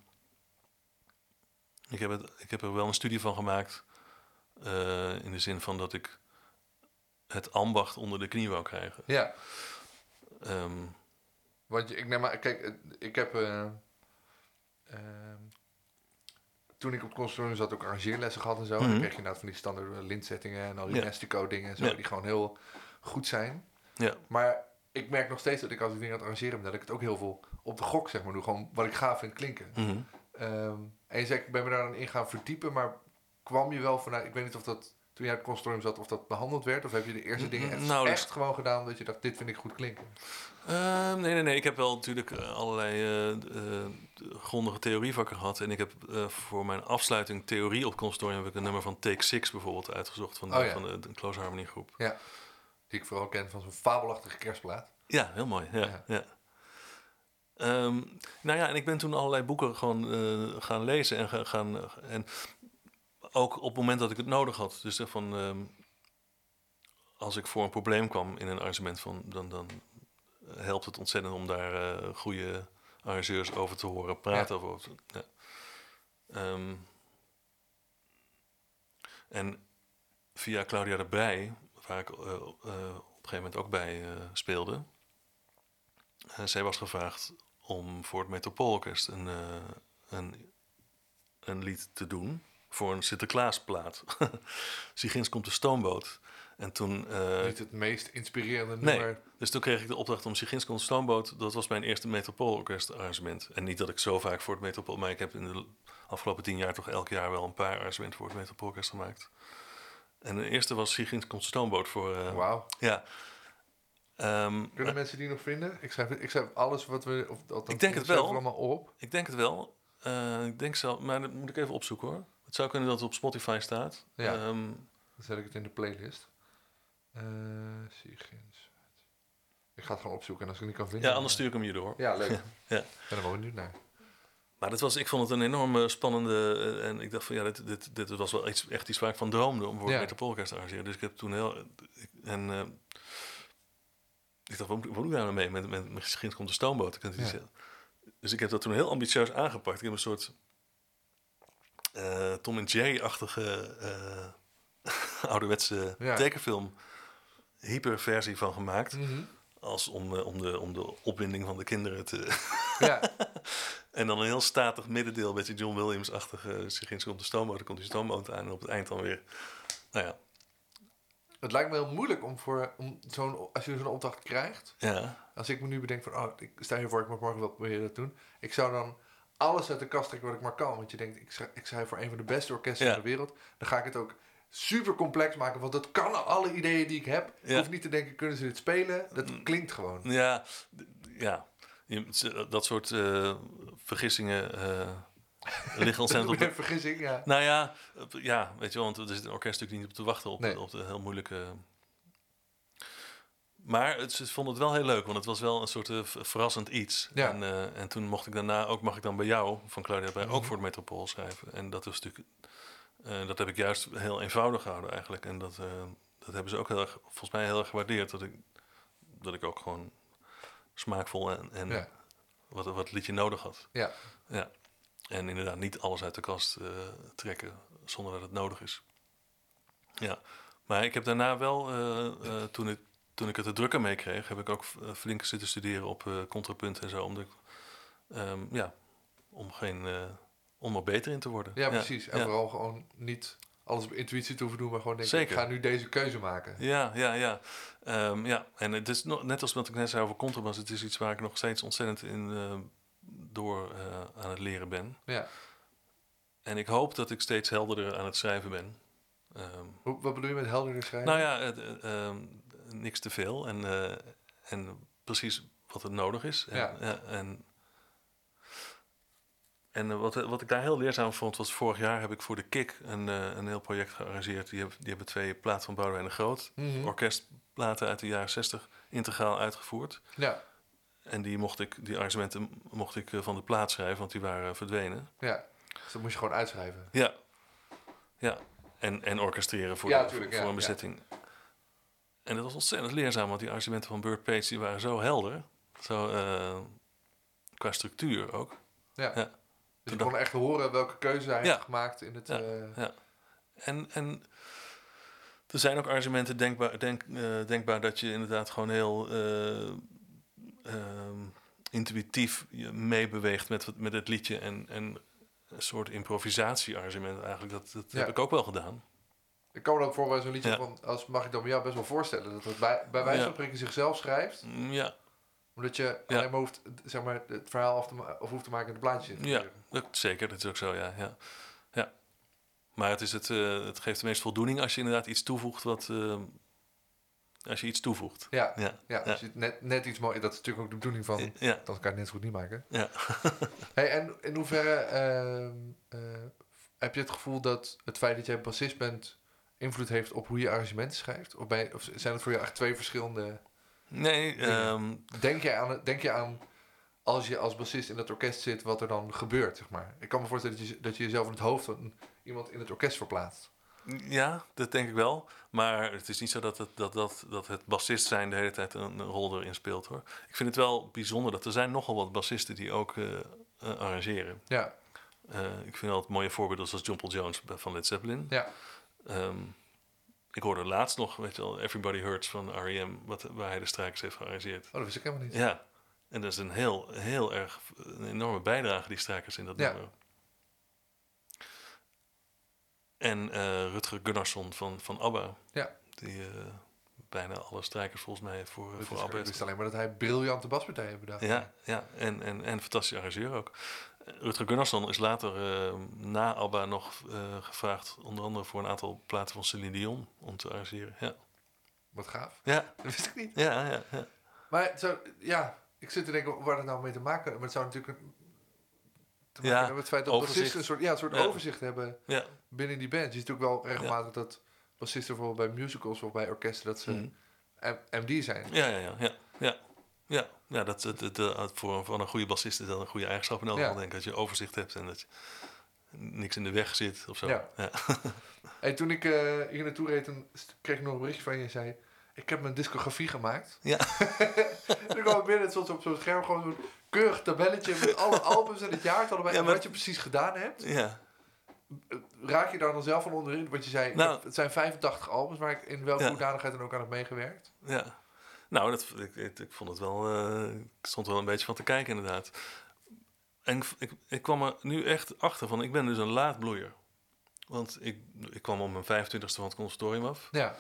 Ik heb er wel een studie van gemaakt. In de zin van dat ik het ambacht onder de knie wou krijgen. Ja. Want ik neem maar, kijk, ik heb toen ik op het conservatorium zat ook arrangeerlessen gehad en zo. Dan kreeg je inderdaad van die standaard lintzettingen en al die Nestico dingen en zo, die gewoon heel goed zijn. Ja. Maar ik merk nog steeds dat ik als ik dingen aan het arrangeren ben, dat ik het ook heel veel op de gok zeg maar doe. Gewoon wat ik gaaf vind klinken. En je zegt, ik ben me daar dan in gaan verdiepen, maar kwam je wel vanuit, ik weet niet of dat toen jij op het conservatorium zat, of dat behandeld werd, of heb je de eerste dingen echt gewoon gedaan dat je dacht, dit vind ik goed klinken? Nee. Ik heb wel natuurlijk allerlei grondige theorievakken gehad. En ik heb voor mijn afsluiting theorie op het conservatorium heb ik een nummer van Take 6 bijvoorbeeld uitgezocht van de Close Harmony groep. Ja, die ik vooral ken van zo'n fabelachtige kerstplaat. Ja, heel mooi. Ja. Nou ja, en ik ben toen allerlei boeken gewoon gaan lezen en ook op het moment dat ik het nodig had. Dus van als ik voor een probleem kwam in een arrangement, dan helpt het ontzettend om daar goede arrangeurs over te horen praten. Ja. En via Claudia de Brij, waar ik op een gegeven moment ook bij speelde, zij was gevraagd om voor het Metropoolorkest een lied te doen voor een Sinterklaasplaat. Sigins komt de stoomboot. En toen, niet het meest inspirerende nummer. Nee, dus toen kreeg ik de opdracht om Sigins komt de stoomboot. Dat was mijn eerste Metropoolorkest arrangement. En niet dat ik zo vaak voor het Metropool, maar ik heb in de afgelopen 10 jaar toch elk jaar wel een paar arrangementen voor het Metropoolorkest gemaakt. En de eerste was Sigins komt de stoomboot voor. Wauw. Ja. Kunnen mensen die nog vinden? Ik schrijf alles wat we. Ik denk het wel. Allemaal op. Ik denk het wel. Ik denk zelf, maar dat moet ik even opzoeken hoor. Het zou kunnen dat het op Spotify staat. Ja. Dan zet ik het in de playlist. Sigins. Ik ga het gewoon opzoeken en als ik het niet kan vinden. Ja, anders stuur ik hem je door. Ja, leuk. Ja. Ik ben er wel benieuwd naar. Maar ik vond het een enorme spannende. En ik dacht van ja, dit was wel echt iets waar ik van droomde om voor het Metropoolorkest te arrangeren. Dus ik heb toen ik dacht, wat doe ik nou mee? Met Sigins komt de stoomboot. Dus ik heb dat toen heel ambitieus aangepakt. Ik heb een soort Tom en Jerry-achtige ouderwetse tekenfilm hyperversie van gemaakt. Als om de opwinding van de kinderen te... Ja. En dan een heel statig middendeel, een beetje John Williams-achtige. Sigins komt de stoomboot, dan komt die stoomboot aan en op het eind dan weer. Nou ja. Het lijkt me heel moeilijk als je zo'n opdracht krijgt. Ja. Als ik me nu bedenk van, ik sta hiervoor, ik mag morgen wel proberen dat doen. Ik zou dan alles uit de kast trekken wat ik maar kan. Want je denkt, ik schrijf voor een van de beste orkesten van de wereld. Dan ga ik het ook super complex maken. Want dat kan alle ideeën die ik heb. Ik Ja. hoef niet te denken, kunnen ze dit spelen? Dat klinkt gewoon. Ja, dat soort vergissingen liggen ontzettend op Een vergissing, ja. Nou ja, weet je wel, want er zit een orkest natuurlijk niet op te wachten op de heel moeilijke... Maar ze vonden het wel heel leuk, want het was wel een soort verrassend iets. Ja. En toen mocht ik daarna ook, mag ik dan bij jou, van Claudia bij, ook voor het Metropool schrijven. En dat was natuurlijk, dat heb ik juist heel eenvoudig gehouden eigenlijk. En dat hebben ze ook heel erg, volgens mij heel erg gewaardeerd. Dat ik ook gewoon smaakvol en Ja. wat het liedje nodig had. Ja. Ja. En inderdaad niet alles uit de kast trekken zonder dat het nodig is. Ja, maar ik heb daarna wel, toen ik het er drukker mee kreeg, heb ik ook flink zitten studeren op contrapunt en zo. Omdat ik, om er beter in te worden. Ja, precies. En vooral gewoon niet alles op intuïtie te hoeven doen, maar gewoon denken, Zeker. ik ga nu deze keuze maken. Ja. En het is net als wat ik net zei over contrabas, het is iets waar ik nog steeds ontzettend in door aan het leren ben. Ja. En ik hoop dat ik steeds helderder aan het schrijven ben. Wat bedoel je met helderder schrijven? Nou ja, niks te veel en precies wat er nodig is. En wat ik daar heel leerzaam vond, was vorig jaar heb ik voor de KIK een heel project gearrangeerd. Die hebben 2 platen van Boudewijn de Groot, orkestplaten uit de jaren 60, integraal uitgevoerd. Ja. En die arrangementen mocht ik van de plaat schrijven, want die waren verdwenen. Ja, dus dat moest je gewoon uitschrijven. Ja. En orchestreren voor een bezetting. En dat was ontzettend leerzaam, want die arrangementen van Burt Page die waren zo helder. Zo qua structuur ook. Ja. Dus je kon echt horen welke keuze hij heeft gemaakt in het... Ja. En er zijn ook arrangementen denkbaar dat je inderdaad gewoon heel intuïtief je meebeweegt met het liedje. En een soort improvisatie-arrangement eigenlijk. Dat heb ik ook wel gedaan. Ik kan me dat voor bij zo'n liedje van, als mag ik dan bij jou best wel voorstellen, dat het bij wijze van spreken zichzelf schrijft. Ja. Omdat je alleen maar hoeft, zeg maar, het verhaal hoeft te maken in de plaatjes. Ja, zeker. Dat is ook zo, ja. Maar het geeft de meest voldoening als je inderdaad iets toevoegt als je iets toevoegt. Ja. Als je net iets moois... Dat is natuurlijk ook de bedoeling van... Dan kan je het net zo goed niet maken. Ja. Hey, en in hoeverre heb je het gevoel dat het feit dat jij bassist bent invloed heeft op hoe je arrangementen schrijft? Of zijn het voor jou echt 2 verschillende... Nee. Denk je aan als je als bassist in dat orkest zit, wat er dan gebeurt, zeg maar? Ik kan me voorstellen dat je jezelf in het hoofd van iemand in het orkest verplaatst. Ja, dat denk ik wel. Maar het is niet zo dat het bassist zijn de hele tijd een rol erin speelt, hoor. Ik vind het wel bijzonder dat er zijn nogal wat bassisten die ook arrangeren. Ja. Ik vind altijd mooie voorbeelden zoals John Paul Jones van Led Zeppelin. Ja. Ik hoorde laatst nog, weet je wel, Everybody Hurts van R.E.M., waar hij de strijkers heeft gearrangeerd. Oh, dat wist ik helemaal niet. Ja, en dat is een heel erg een enorme bijdrage die strijkers in dat nummer. En Rutger Gunnarsson van ABBA. Ja. Die bijna alle strijkers volgens mij voor ABBA heeft. Ik wist alleen maar dat hij briljante baspartijen heeft bedacht. Ja. En fantastische arrangeur ook. Rutger Gunnarsson is later na ABBA nog gevraagd, onder andere voor een aantal platen van Celine Dion, om te arrangeren. Ja. Wat gaaf. Ja. Dat wist ik niet. Ja. Maar ik zit te denken waar het nou mee te maken. Maar het zou natuurlijk te maken hebben met het feit dat bassisten een soort overzicht hebben binnen die band. Je ziet ook wel regelmatig dat bassisten bijvoorbeeld bij musicals of bij orkesten dat ze MD zijn. Ja, dat voor een goede bassist is dat een goede eigenschap in elk geval, denk ik. Dat je overzicht hebt en dat je niks in de weg zit of zo. Ja. Hey, toen ik hier naartoe reed, kreeg ik nog een berichtje van je en zei... Ik heb mijn discografie gemaakt. Ja. En dan kwam ik binnen, het stond op zo'n scherm gewoon zo'n keurig tabelletje met alle albums en het jaartal erbij en wat je precies gedaan hebt. Ja. Raak je daar dan zelf van onderin? Want je zei, het zijn 85 albums, maar in welke hoedanigheid dan ook aan het meegewerkt? Ja. Nou, ik vond het wel... ik stond wel een beetje van te kijken, inderdaad. En ik kwam er nu echt achter van... Ik ben dus een laatbloeier. Want ik kwam op mijn 25e van het conservatorium af. Ja.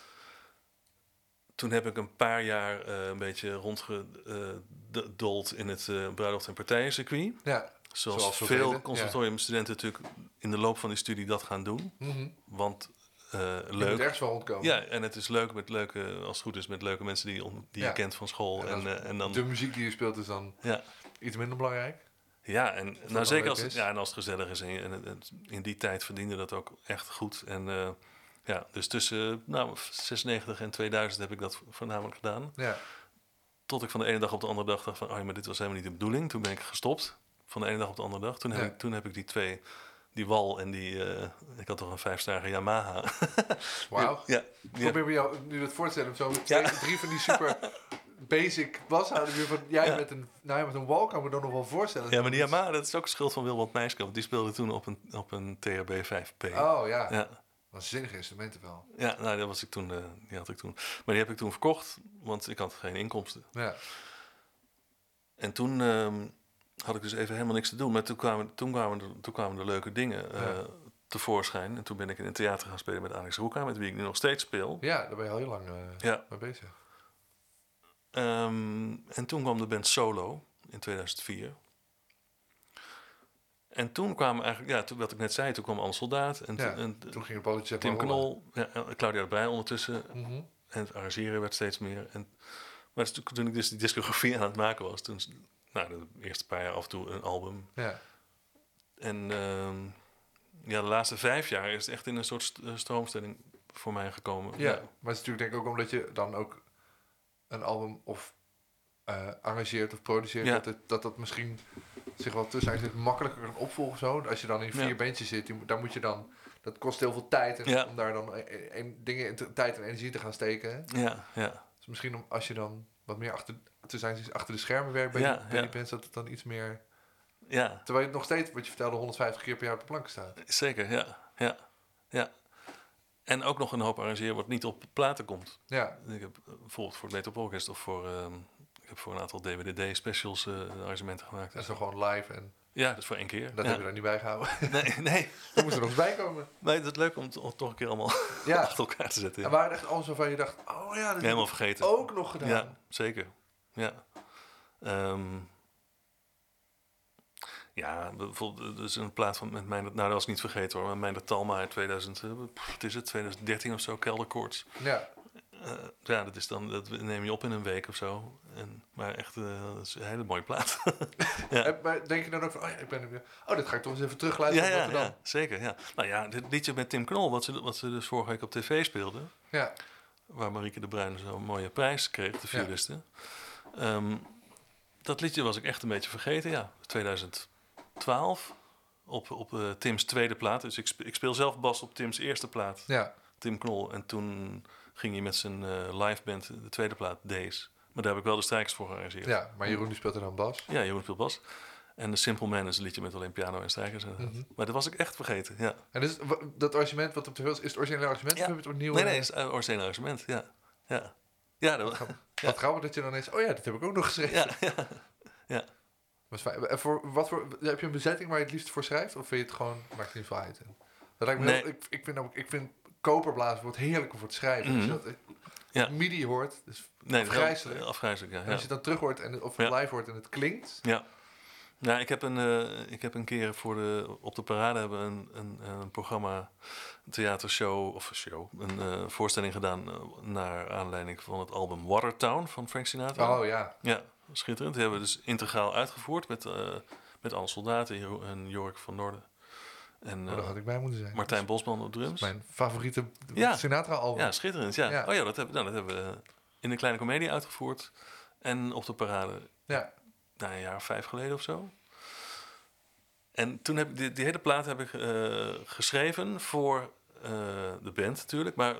Toen heb ik een paar jaar een beetje rondgedold in het bruiloft- en partijencircuit. Ja. Zoals veel conservatoriumstudenten natuurlijk in de loop van die studie dat gaan doen. Mm-hmm. Want Je moet leuk. ergens wel rondkomen. Ja, en het is leuk met leuke, als het goed is, met leuke mensen die Ja. je kent van school. En dan, De muziek die je speelt is dan ja. iets minder belangrijk. Ja, en dat nou, zeker leuk als is. en als het gezellig is. En in die tijd verdiende dat ook echt goed. En dus tussen 96 en 2000 heb ik dat voornamelijk gedaan. Ja. Tot ik van de ene dag op de andere dag dacht van... oh ja, maar dit was helemaal niet de bedoeling. Toen ben ik gestopt. Van de ene dag op de andere dag. Toen heb ik die twee... Die wal en die... ik had toch een 5-starige Yamaha. Wauw. Ja. Probeer me jou nu dat voor te stellen. Zo Ja. 3 van die super basic washouden. Weer van, jij met een wal kan me dan nog wel voorstellen. Ja, maar die Yamaha, dat is ook een schuld van Wilbert Meiske. Want die speelde toen op een TRB 5P. Oh ja. Ja. Waanzinnige instrumenten wel. Ja, nou, dat was ik toen, die had ik toen. Maar die heb ik toen verkocht, want ik had geen inkomsten. Ja. En toen had ik dus even helemaal niks te doen. Maar toen kwamen er leuke dingen tevoorschijn. En toen ben ik in een theater gaan spelen met Alex Roeka, met wie ik nu nog steeds speel. Ja, daar ben je al heel lang mee bezig. En toen kwam de band Solo in 2004. En toen kwamen eigenlijk, wat ik net zei, toen kwam Anne Soldaat. En toen ging het balletje Tim Knol, Claudia de Breij ondertussen. Mhm. En het arrangeren werd steeds meer. Maar toen ik dus die discografie aan het maken was, toen, de eerste paar jaar af en toe een album. Ja. En de laatste 5 jaar is het echt in een soort stroomstelling voor mij gekomen. Ja, maar het is natuurlijk denk ik ook omdat je dan ook een album of arrangeert of produceert, dat misschien zich wel tussen eigenlijk makkelijker kan opvolgen of zo. Als je dan in 4 bandjes zit, daar moet je dan, dat kost heel veel tijd om daar dan dingen in tijd en energie te gaan steken. Ja. Dus misschien als je dan wat meer achter de schermen werkt bij die bands, dat het dan iets meer... Ja. Terwijl je nog steeds, wat je vertelde, 150 keer per jaar op de plank staat. Zeker, ja. En ook nog een hoop arrangeren wat niet op platen komt. Ja. Ik heb bijvoorbeeld voor het Metropoolorkest of ik heb voor een aantal DWDD-specials arrangementen gemaakt. En zo gewoon live en... Ja, dat is voor 1 keer. Dat heb je daar niet bij gehouden. Nee. Er moest er nog eens bij komen. Nee, dat is leuk om toch een keer allemaal achter elkaar te zetten. Ja. En waren er echt alles waarvan je dacht, oh ja, dat helemaal heb ik vergeten. ook nog gedaan. Ja, zeker. Ja. Bijvoorbeeld, er is een plaat van met mij, dat was ik niet vergeten hoor, met Meindert Talma uit 2013 of zo, Kelderkoorts. Ja. Dat is dan, dat neem je op in een week of zo. Maar echt, dat is een hele mooie plaat. Ja. Maar denk je dan ook van, dit ga ik toch eens even terugluisteren. Ja, zeker. Ja. Nou ja, dit liedje met Tim Knol, wat ze dus vorige week op tv speelden. Ja. Waar Marieke de Bruin zo'n mooie prijs kreeg, de violiste. Dat liedje was ik echt een beetje vergeten, 2012 op Tim's tweede plaat. Dus ik speel zelf bas op Tim's eerste plaat. Ja. Tim Knol. En toen ging hij met zijn live band de tweede plaat, Days. Maar daar heb ik wel de strijkers voor gearrangeerd. Ja, maar Jeroen die speelt er dan bas. Ja, Jeroen speelt bas. En The Simple Man is een liedje met alleen piano en strijkers. Maar dat was ik echt vergeten, ja. En dus dat arrangement wat op de is het originele arrangement? Ja. Of heb je het opnieuw? Nee, het is het originele arrangement, ja. Ja, dat was... Wat grappig dat je dan eens... Oh ja, dat heb ik ook nog geschreven. Ja. Was fijn. En heb je een bezetting waar je het liefst voor schrijft? Of vind je het gewoon... Maakt het niet veel uit? Dat lijkt me ik vind koperblazen wordt heerlijk om voor te schrijven. Als je dat MIDI hoort, dus afgrijzelijk. Afgrijzelijk, ja. En als je het dan terug hoort of live hoort en het klinkt... Ja. Nou, ik heb een keer op de parade hebben een programma, een theatershow een voorstelling gedaan naar aanleiding van het album Watertown van Frank Sinatra. Oh ja. Ja, schitterend. Die hebben we dus integraal uitgevoerd met Anne Soldaat en Jorik van Noorden. En dat had ik bij moeten zijn. Martijn Bosman op drums. Mijn favoriete Sinatra-album. Ja, schitterend. Ja. Oh ja, dat hebben we in de Kleine Comedie uitgevoerd en op de parade. Ja. Een jaar of 5 geleden of zo. En toen heb ik die hele plaat heb ik geschreven voor de band natuurlijk. Maar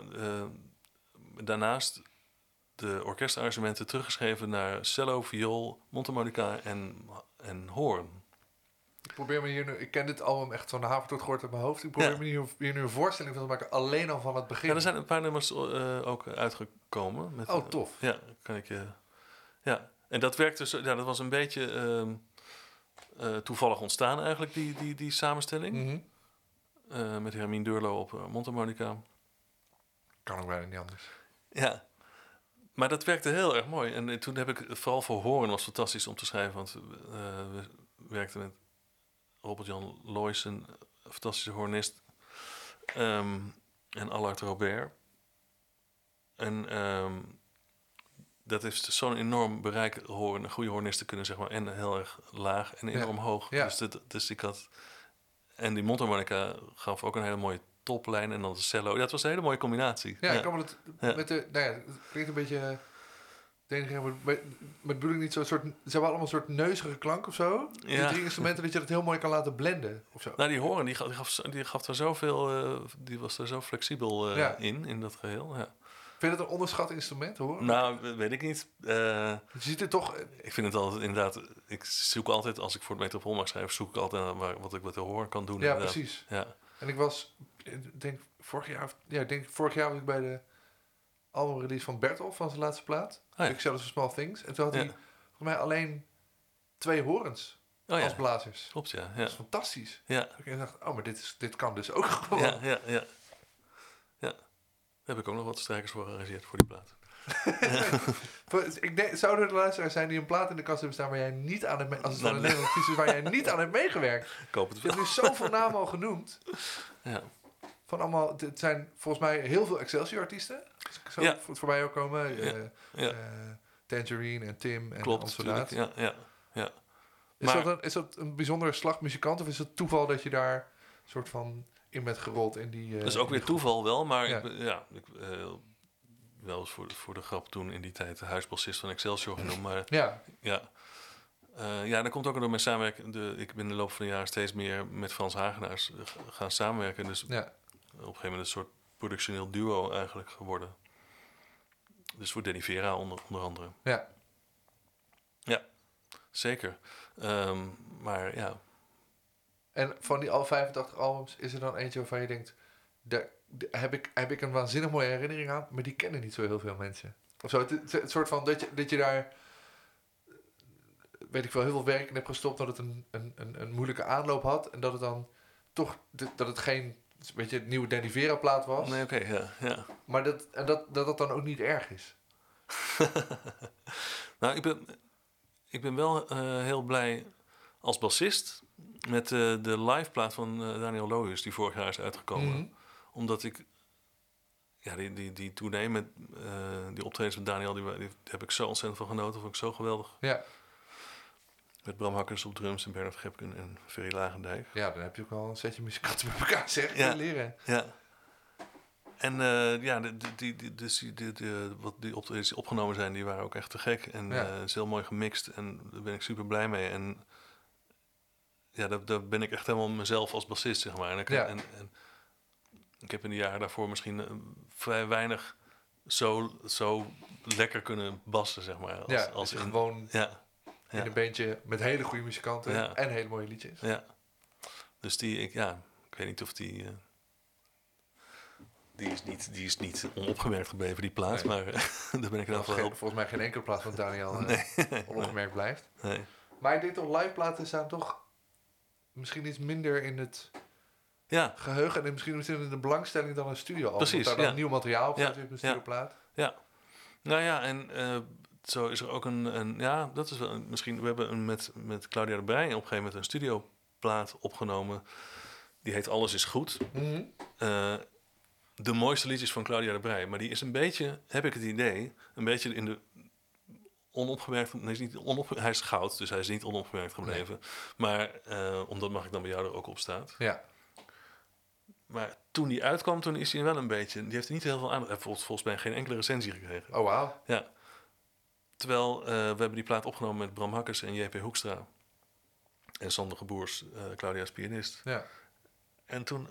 daarnaast de orkestarrangementen teruggeschreven naar cello, viool, mondharmonica en hoorn. Ik probeer me hier nu... Ik ken dit album echt van de haver tot gort uit mijn hoofd. Ik probeer me hier nu een voorstelling van te maken. Alleen al van het begin. Ja, er zijn een paar nummers ook uitgekomen. Met, tof. Ja, kan ik je... Ja. En dat werkte zo, dat was een beetje toevallig ontstaan eigenlijk, die samenstelling. Mm-hmm. Met Hermine Durlo op mondharmonica. Kan ook bijna niet anders. Ja, maar dat werkte heel erg mooi. En toen heb ik, vooral voor horen was fantastisch om te schrijven, want we werkten met Robert-Jan Loijs, een fantastische hornist. en Allard Robert. En dat heeft zo'n enorm bereik, een goede hoornisten kunnen, zeg maar, en heel erg laag en enorm hoog. Ja. Dus ik had... En die mondharmonica gaf ook een hele mooie toplijn en dan de cello. Ja, het was een hele mooie combinatie. Ja, ik kan me dat Ja. met de... Nou ja, het klinkt een beetje... Met bedoeling niet zo'n soort... Ze hebben allemaal een soort neuzige klank of zo. Die Ja. 3 instrumenten, dat je dat heel mooi kan laten blenden of zo. Nou, die horen, die gaf er zoveel... die was er zo flexibel Ja. in dat geheel. Ja. Vind je dat een onderschat instrument, hoor? Nou, weet ik niet. Je ziet het toch... Ik vind het altijd inderdaad... Ik zoek altijd, als ik voor het Metropool mag schrijven... zoek ik altijd naar wat ik met de horen kan doen. Ja, inderdaad. precies. Ja. En ik was... Vorig jaar was ik bij de albumrelease van Bertolf, van zijn laatste plaat. ja. Excellus for Small Things. En toen had hij Ja. volgens mij alleen 2 horens Oh als ja, blazers. klopt, ja. Dat Ja, is fantastisch. ja, Ik dacht, oh, maar dit kan dus ook gewoon. ja. Daar heb ik ook nog wat strijkers voor gearrangeerd voor die plaat. Ik denk, zouden er luisteraars zijn die een plaat in de kast hebben staan waar jij niet aan hebt als het van een Nee. Nederlandse artiest is waar jij niet aan hebt meegewerkt. Ik hoop het Je hebt wel. nu zoveel namen al genoemd. Ja. Van allemaal, het zijn volgens mij heel veel Excelsior-artiesten. Als ik zo Ja. voorbij ook komen. Ja. Tangerine en Tim en Klopt, Amsterdam. natuurlijk. Ja. Is dat een bijzondere slag muzikant of is het toeval dat je daar soort van in bent gerold in die... Dat is ook weer toeval wel, maar Ja. ik wel eens voor de grap toen in die tijd de huisbassist van Excelsior genoemd. Maar Ja, ja, dat komt ook door mijn samenwerking. Ik ben in de loop van de jaren steeds meer met Frans Hagenaars gaan samenwerken. Dus ja. op een gegeven moment een soort productioneel duo eigenlijk geworden. Dus voor Danny Vera onder andere. Ja. Ja, zeker. Maar ja, En van die al 85 albums is er dan eentje waarvan je denkt... Daar heb ik een waanzinnig mooie herinnering aan, maar die kennen niet zo heel veel mensen. Of zo, het soort van dat je daar... weet ik wel, heel veel werk in hebt gestopt... dat het een moeilijke aanloop had... en dat het dan toch... dat het geen nieuwe Danny Vera plaat was... nee, oké, ja. maar dat dan ook niet erg is. Nou, ik ben wel heel blij als bassist met de liveplaat van Daniel Lohuis die vorig jaar is uitgekomen. Mhm. Omdat ik ja, die tournee met die optredens met Daniel, die heb ik zo ontzettend van genoten. Vond ik zo geweldig. Ja. Met Bram Hakkers op drums en Bernard Gepken en Ferry Lagendijk. Ja, dan heb je ook wel een setje muzikanten bij elkaar, zeg. Ja. Te leren. Ja. En ja, wat die optredens die opgenomen zijn, die waren ook echt te gek. En Ja. het is heel mooi gemixt en daar ben ik super blij mee. En ja, daar ben ik echt helemaal mezelf als bassist, zeg maar. En ik heb in de jaren daarvoor misschien vrij weinig zo lekker kunnen bassen, zeg maar. Als je gewoon Ja, in een bandje met hele goede muzikanten Ja. en hele mooie liedjes. ja. Dus ik weet niet of die is niet onopgemerkt gebleven, die plaat. Nee. Maar daar ben ik in ieder geval heel... Volgens mij geen enkele plaat van Daniel onopgemerkt blijft. Nee. Maar ik denk toch, live platen staan toch misschien iets minder in het Ja, geheugen en misschien in de belangstelling dan een studio. Precies, daar dan ja. nieuw materiaal op Ja, staat op een studioplaat. ja. Nou ja, en zo is er ook ja, dat is wel misschien... We hebben met Claudia de Breij op een gegeven moment een studioplaat opgenomen. Die heet Alles is Goed. Mhm. De mooiste liedjes van Claudia de Breij. Maar die is een beetje, heb ik het idee, een beetje in de onopgemerkt... Nee, hij is goud, dus hij is niet onopgemerkt gebleven. Maar omdat Mag ik dan bij jou er ook op staat. Ja. Maar toen die uitkwam, toen is hij wel een beetje... Die heeft niet heel veel aan... Hij heeft volgens mij geen enkele recensie gekregen. Oh, wauw. Ja. Terwijl we hebben die plaat opgenomen met Bram Hakkers en J.P. Hoekstra. En Sander Geboers, Claudia's pianist. Ja. En toen...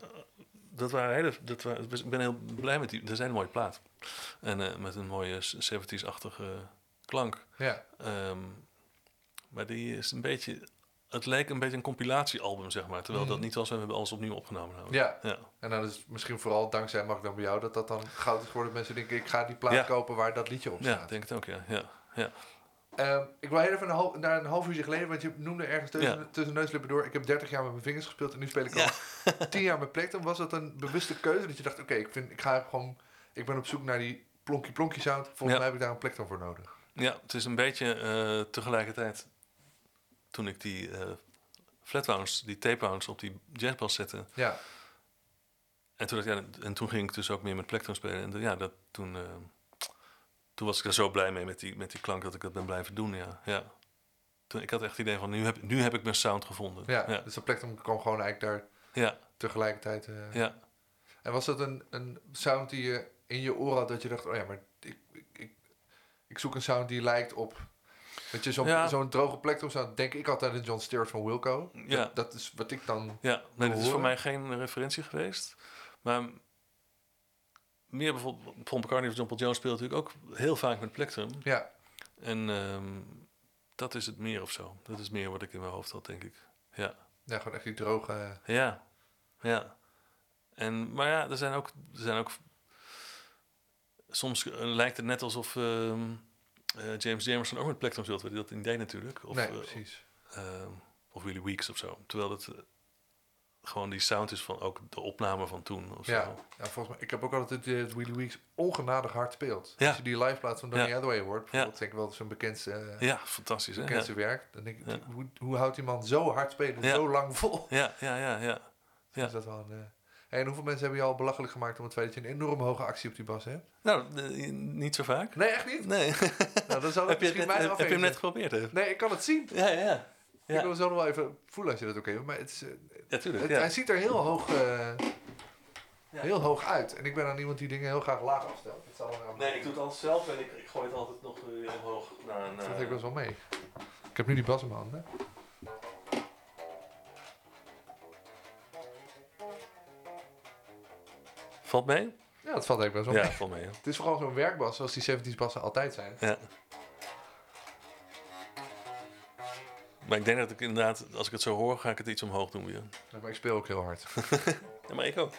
ik ben heel blij met die... Dat is een hele mooie plaat. En met een mooie 70s-achtige klank. Ja. Maar die is een beetje... Het leek een beetje een compilatiealbum, zeg maar. Terwijl dat niet was. We hebben alles opnieuw opgenomen. Nou. Ja. Ja. En dan is het misschien vooral dankzij Mag ik dan bij jou dat dan goud is geworden. Mensen denken, ik ga die plaat kopen waar dat liedje op Ja, staat. ik denk het ook, ja. Ik wil heel even naar een half uurtje geleden, want je noemde ergens tussen neuslippen door. Ik heb 30 jaar met mijn vingers gespeeld en nu speel ik al 10 jaar met Plectrum. Was dat een bewuste keuze dat je dacht, oké, ik ben op zoek naar die plonkie sound. Volgens mij heb ik daar een Plectrum voor nodig. Ja, het is een beetje tegelijkertijd toen ik die flatwounds, die tapewounds op die jazzbas zette. Ja. En toen ging ik dus ook meer met plektrum spelen. En toen was ik er zo blij mee met die klank dat ik dat ben blijven doen, ja. Ik had echt het idee van, nu heb ik mijn sound gevonden. Ja, dus dat plektrum kwam gewoon eigenlijk daar Ja, tegelijkertijd. ja. En was dat een sound die je in je oren had dat je dacht, oh ja, maar ik zoek een sound die lijkt op... Weet je, zo'n droge plektrum sound, denk ik altijd aan John Stewart van Wilco. Ja. Dat is wat ik dan... Ja, nee, dat is voor horen. mij geen referentie geweest. Maar meer bijvoorbeeld Paul McCartney of John Paul Jones speelt natuurlijk ook heel vaak met plektrum. Ja, En dat is het meer of zo. Dat is meer wat ik in mijn hoofd had, denk ik. Ja. ja gewoon echt die droge... Ja. Maar ja, er zijn ook soms lijkt het net alsof James Jamerson ook met plektrum speelt, weet je dat niet deed natuurlijk. Of, nee, precies. Of Willie Weeks of zo. Terwijl het gewoon die sound is van ook de opname van toen. Of Ja, zo. ja, volgens mij. Ik heb ook altijd dat Willie Weeks ongenadig hard speelt. Ja. Als je die live plaat van Donny Ja. Hathaway hoort, bijvoorbeeld, denk ik wel zijn bekendste, Ja, fantastisch hè? bekendste werk. Dan denk ik, Ja. hoe houdt die man zo hard spelen, Ja. zo lang vol? Ja. Is dat wel een, en hoeveel mensen hebben je al belachelijk gemaakt om het feit dat je een enorm hoge actie op die bas hebt? Nou, niet zo vaak. Nee, echt niet? Nee. Nou, dan zal heb, het je misschien mijn heb je hem afweging net zijn. geprobeerd? Hè? Nee, ik kan het zien. Ja. Ik wil zo nog wel even voelen als je dat ook heeft. Maar het is, Ja, tuurlijk. hij ziet er heel hoog uit. En ik ben dan iemand die dingen heel graag laag afstelt. Dat zal er Nee, ik doe het altijd zelf en ik gooi het altijd nog heel hoog naar een... Dat heb ik best wel mee. Ik heb nu die bas in mijn handen. Valt mee? Ja, dat valt eigenlijk best wel Ja, mee. valt mee. Ja. Het is vooral zo'n werkbas zoals die 70s bassen altijd zijn. Ja. Maar ik denk dat ik inderdaad, als ik het zo hoor, ga ik het iets omhoog doen weer. Ja, maar ik speel ook heel hard. Ja, maar ik ook.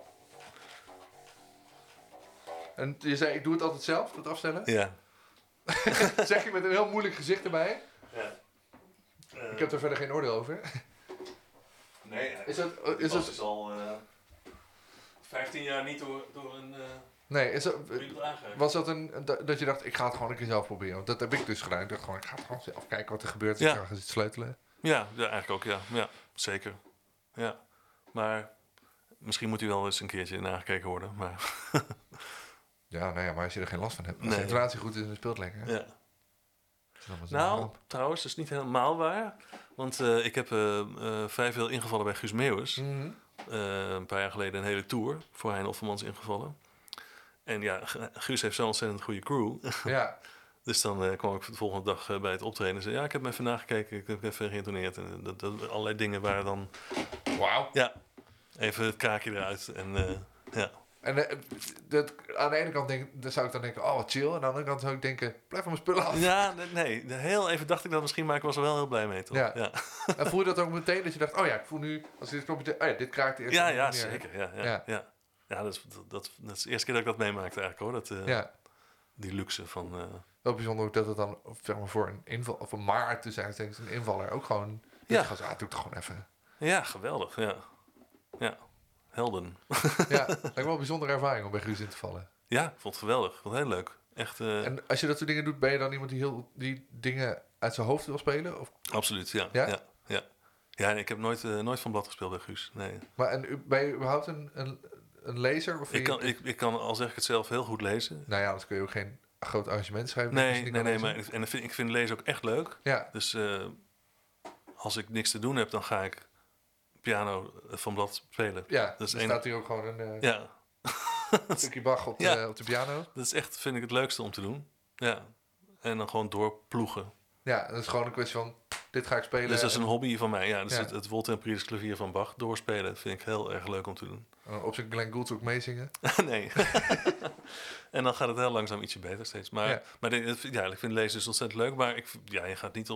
En je zei, ik doe het altijd zelf, dat afstellen. Ja. Zeg je met een heel moeilijk gezicht erbij. Ja. Ik heb er verder geen oordeel over. Nee, Is dat... het is al 15 jaar niet door een Nee, iemand aangeraakt. was dat dat je dacht, ik ga het gewoon een keer zelf proberen? Want dat heb ik dus gedaan. Ik dacht gewoon, ik ga het gewoon zelf kijken wat er gebeurt. Ja. Ik ga gaan zitten sleutelen. Ja, eigenlijk ook, ja. Ja, zeker. Ja. Maar misschien moet hij wel eens een keertje nagekeken worden. Maar Ja, nou ja, maar als je er geen last van hebt. Als Nee. de intonatie goed is en het speelt lekker. ja. Dan is het een Nou, ramp. trouwens, dat is niet helemaal waar. Want ik heb vrij veel ingevallen bij Guus Meeuwis. Mhm. Een paar jaar geleden een hele tour voor Hein Offermans ingevallen. En ja, Guus heeft zo'n ontzettend goede crew. Ja, Dus dan kwam ik de volgende dag bij het optreden en zei... Ja, ik heb even nagekeken, ik heb even geïntoneerd. En allerlei dingen waren dan... wauw. Ja, even het kaakje eruit. En ja. En aan de ene kant zou ik dan denken, oh wat chill. En aan de andere kant zou ik denken, blijf van mijn spullen af. Ja, nee, heel even dacht ik dat misschien, maar ik was er wel heel blij mee, toch? Ja. En voel je dat ook meteen, dat je dacht, oh ja, ik voel nu, als ik dit knopje, oh ja, dit kraakt eerst. Ja, zeker. Ja. Ja. Ja, dat is de eerste keer dat ik dat meemaakte eigenlijk, hoor. Ja. Die luxe van... Wel bijzonder ook dat het dan, zeg maar, voor een inval, of een maar tussen eigenlijk een invaller ook gewoon, dat Ja. je gaat, doe ik het gewoon even. Ja, geweldig, ja. Helden. Ja, lijkt wel een bijzondere ervaring om bij Guus in te vallen. Ja, ik vond het geweldig. Ik vond het heel leuk. Echt, En als je dat soort dingen doet, ben je dan iemand die dingen uit zijn hoofd wil spelen? Of, absoluut, ja. Ja? Ja, en ik heb nooit van blad gespeeld bij Guus, nee. maar ben je überhaupt een lezer? Of Ik kan, al zeg ik het zelf, heel goed lezen. Nou ja, anders kun je ook geen groot arrangement schrijven. dat je Nee, niet kan lezen. maar ik vind lezen ook echt leuk. Ja, Dus als ik niks te doen heb, dan ga ik piano van blad spelen. ja, Dat is er één- staat hier ook gewoon een Ja, stukje Bach op, Ja. op de piano. dat is echt, vind ik, het leukste om te doen. Ja, en dan gewoon doorploegen. Ja, dat is gewoon een kwestie van, dit ga ik spelen. Dus dat is een hobby van mij. Ja, dus Ja. het Woltempriers klavier van Bach doorspelen vind ik heel erg leuk om te doen. Op zijn Glenn Gould ook meezingen. Nee. En dan gaat het heel langzaam ietsje beter steeds. Maar, Ja. maar ik vind lezen dus ontzettend leuk. Maar je gaat niet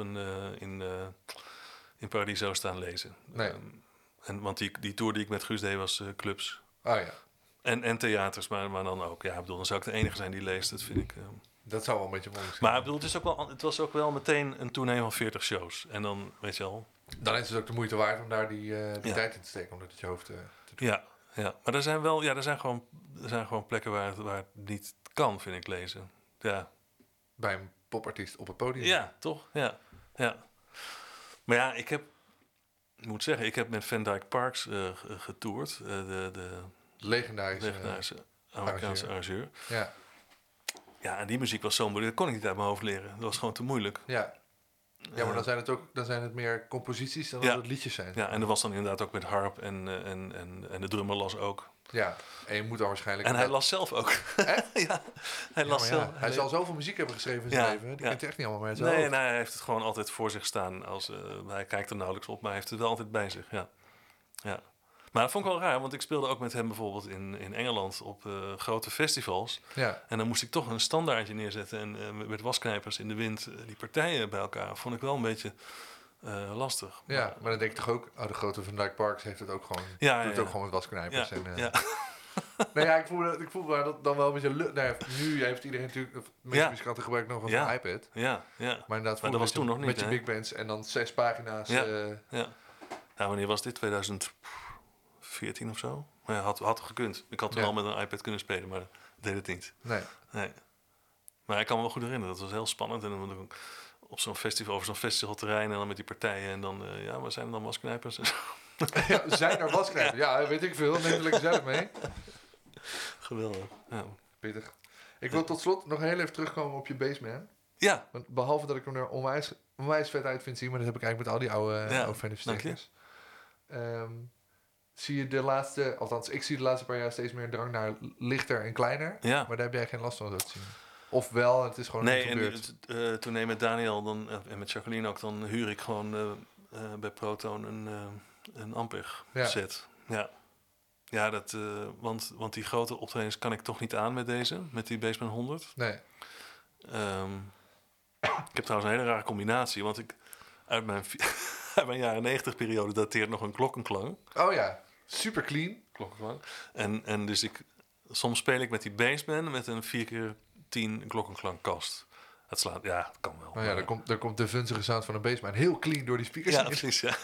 in Paradiso staan lezen. Nee. Want die tour die ik met Guus deed was clubs. Oh ja, En theaters, maar dan ook. Ja, ik bedoel, dan zou ik de enige zijn die leest. Dat vind ik... dat zou wel een beetje moeilijk zijn. Maar ik bedoel, het was ook wel meteen een tournee van 40 shows. En dan, weet je wel... Dan is het ook de moeite waard om daar die Ja. tijd in te steken, om dat uit je hoofd te doen. Ja. Maar er zijn gewoon plekken waar het niet kan, vind ik, lezen. Ja. Bij een popartiest op het podium. Ja, toch? Ja. Maar ja, Ik moet zeggen, ik heb met Van Dyke Parks getoerd. De Legendarische Amerikaanse arrangeur. Ja, Ja, en die muziek was zo moeilijk. Dat kon ik niet uit mijn hoofd leren. Dat was gewoon te moeilijk. ja. Ja, maar dan zijn het meer composities dan Ja. dat het liedjes zijn. Ja, en dat was dan inderdaad ook met harp en de drummer las ook. Ja, en je moet dan waarschijnlijk... En hij las zelf ook. Echt? Ja, hij las zelf. Hij zal zoveel muziek hebben geschreven in zijn leven. Die kent hij echt niet allemaal meer. Nee, hij heeft het gewoon altijd voor zich staan. Hij kijkt er nauwelijks op, maar hij heeft het wel altijd bij zich. Ja. Maar dat vond ik wel raar, want ik speelde ook met hem bijvoorbeeld in Engeland op grote festivals. Ja. En dan moest ik toch een standaardje neerzetten en met wasknijpers in de wind die partijen bij elkaar. Vond ik wel een beetje lastig. Ja, maar dan denk ik toch ook... de grote Van Dyke Parks heeft het ook gewoon... Ja, doet het ook gewoon met wasknijpers. Ja, En, ja. Nou ja, ik voel me dat dan wel een beetje... nu heeft iedereen natuurlijk... De meeste muzikanten gebruiken nog een iPad. Ja. Maar inderdaad, dat was toen nog niet, met je hè? big bands en dan 6 pagina's. Ja. Ja. Nou, wanneer was dit? 2014 of zo? Maar ja, had gekund. Ik had toen al met een iPad kunnen spelen, maar dat deed het niet. Nee. Maar ik kan me wel goed herinneren. Dat was heel spannend. En dan op zo'n festival, over zo'n festivalterrein en dan met die partijen. En dan, waar zijn er dan wasknijpers? Ja, zijn er wasknijpers? Ja, weet ik veel. Neem het lekker zelf mee. Geweldig. Ja. Pittig. Ik wil tot slot nog heel even terugkomen op je Bassman. Ja. Want behalve dat ik hem er onwijs vet uit vind zien, maar dat heb ik eigenlijk met al die oude Fender stickers. Zie je de laatste, althans ik zie de laatste paar jaar steeds meer drang naar lichter en kleiner. Ja. Maar daar heb jij geen last van zo te zien. Ofwel, het is gewoon niet gebeurd. En toen met Daniel dan, en met Jacqueline ook, dan huur ik gewoon bij Proton een Ampeg set. Ja. Ja, want die grote optredens kan ik toch niet aan met deze, met die Bassman 100. Nee. Ik heb trouwens een hele rare combinatie, want ik uit mijn jaren 90 periode dateert nog een klokkenklang. Oh ja, super clean. Klokkenklang. En dus soms speel ik met die Bassman met een 4x10 klokkenklankast. Het slaat, ja, het kan wel. Nou ja, daar komt de vunzige sound van een Bassman heel clean door die speakers. Ja, precies, ja.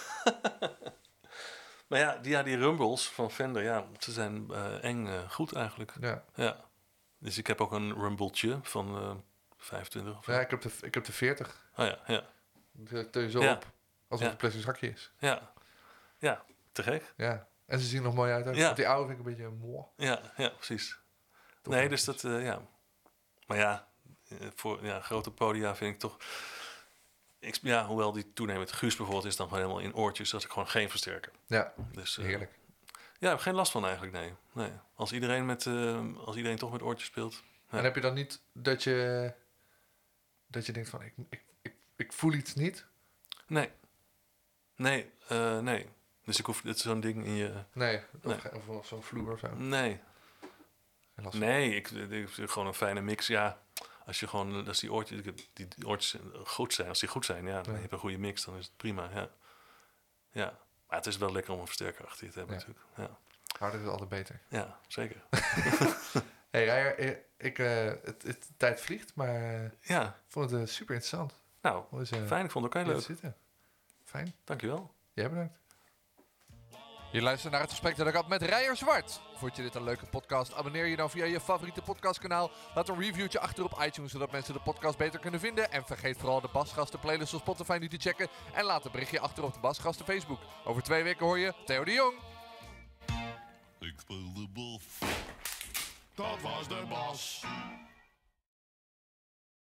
Maar die rumbles van Fender, ze zijn eng goed eigenlijk. Ja. Dus ik heb ook een rumbletje van 25 of zo. Ja, ik heb de 40. Oh ja. Dat tel je zo op, alsof het een plastic zakje is. Ja, te gek. Ja, en ze zien er nog mooi uit. Ja. Want die oude vind ik een beetje mooi. Ja, precies. Nee, dus dat, Maar voor grote podia vind ik toch... hoewel die toenemend Guus bijvoorbeeld is dan gewoon helemaal in oortjes, dat ik gewoon geen versterker. Ja, dus, heerlijk. Ja, ik heb geen last van eigenlijk, nee. Als iedereen toch met oortjes speelt. Ja. En heb je dan niet dat je denkt van, ik voel iets niet? Nee. Dus ik hoef, het is zo'n ding in je... Nee, of zo'n vloer of zo. Nee, ik gewoon een fijne mix, ja. Als die oortjes goed zijn, dan heb je een goede mix, dan is het prima, ja. Maar het is wel lekker om een versterker achter je te hebben natuurlijk. Ja. Harder is altijd beter. Ja, zeker. Hey Rijer, de tijd vliegt, maar ik vond het super interessant. Nou, fijn, ik vond het ook heel leuk. Zitten. Fijn. Dankjewel. Jij bedankt. Je luistert naar het gesprek dat ik had met Rijer Zwart. Vond je dit een leuke podcast? Abonneer je dan via je favoriete podcastkanaal. Laat een reviewtje achter op iTunes, zodat mensen de podcast beter kunnen vinden. En vergeet vooral de Basgasten playlist op Spotify nu te checken. En laat een berichtje achter op de Basgasten Facebook. Over 2 weken hoor je Theo de Jong. Ik speel de bas. Dat was de bas.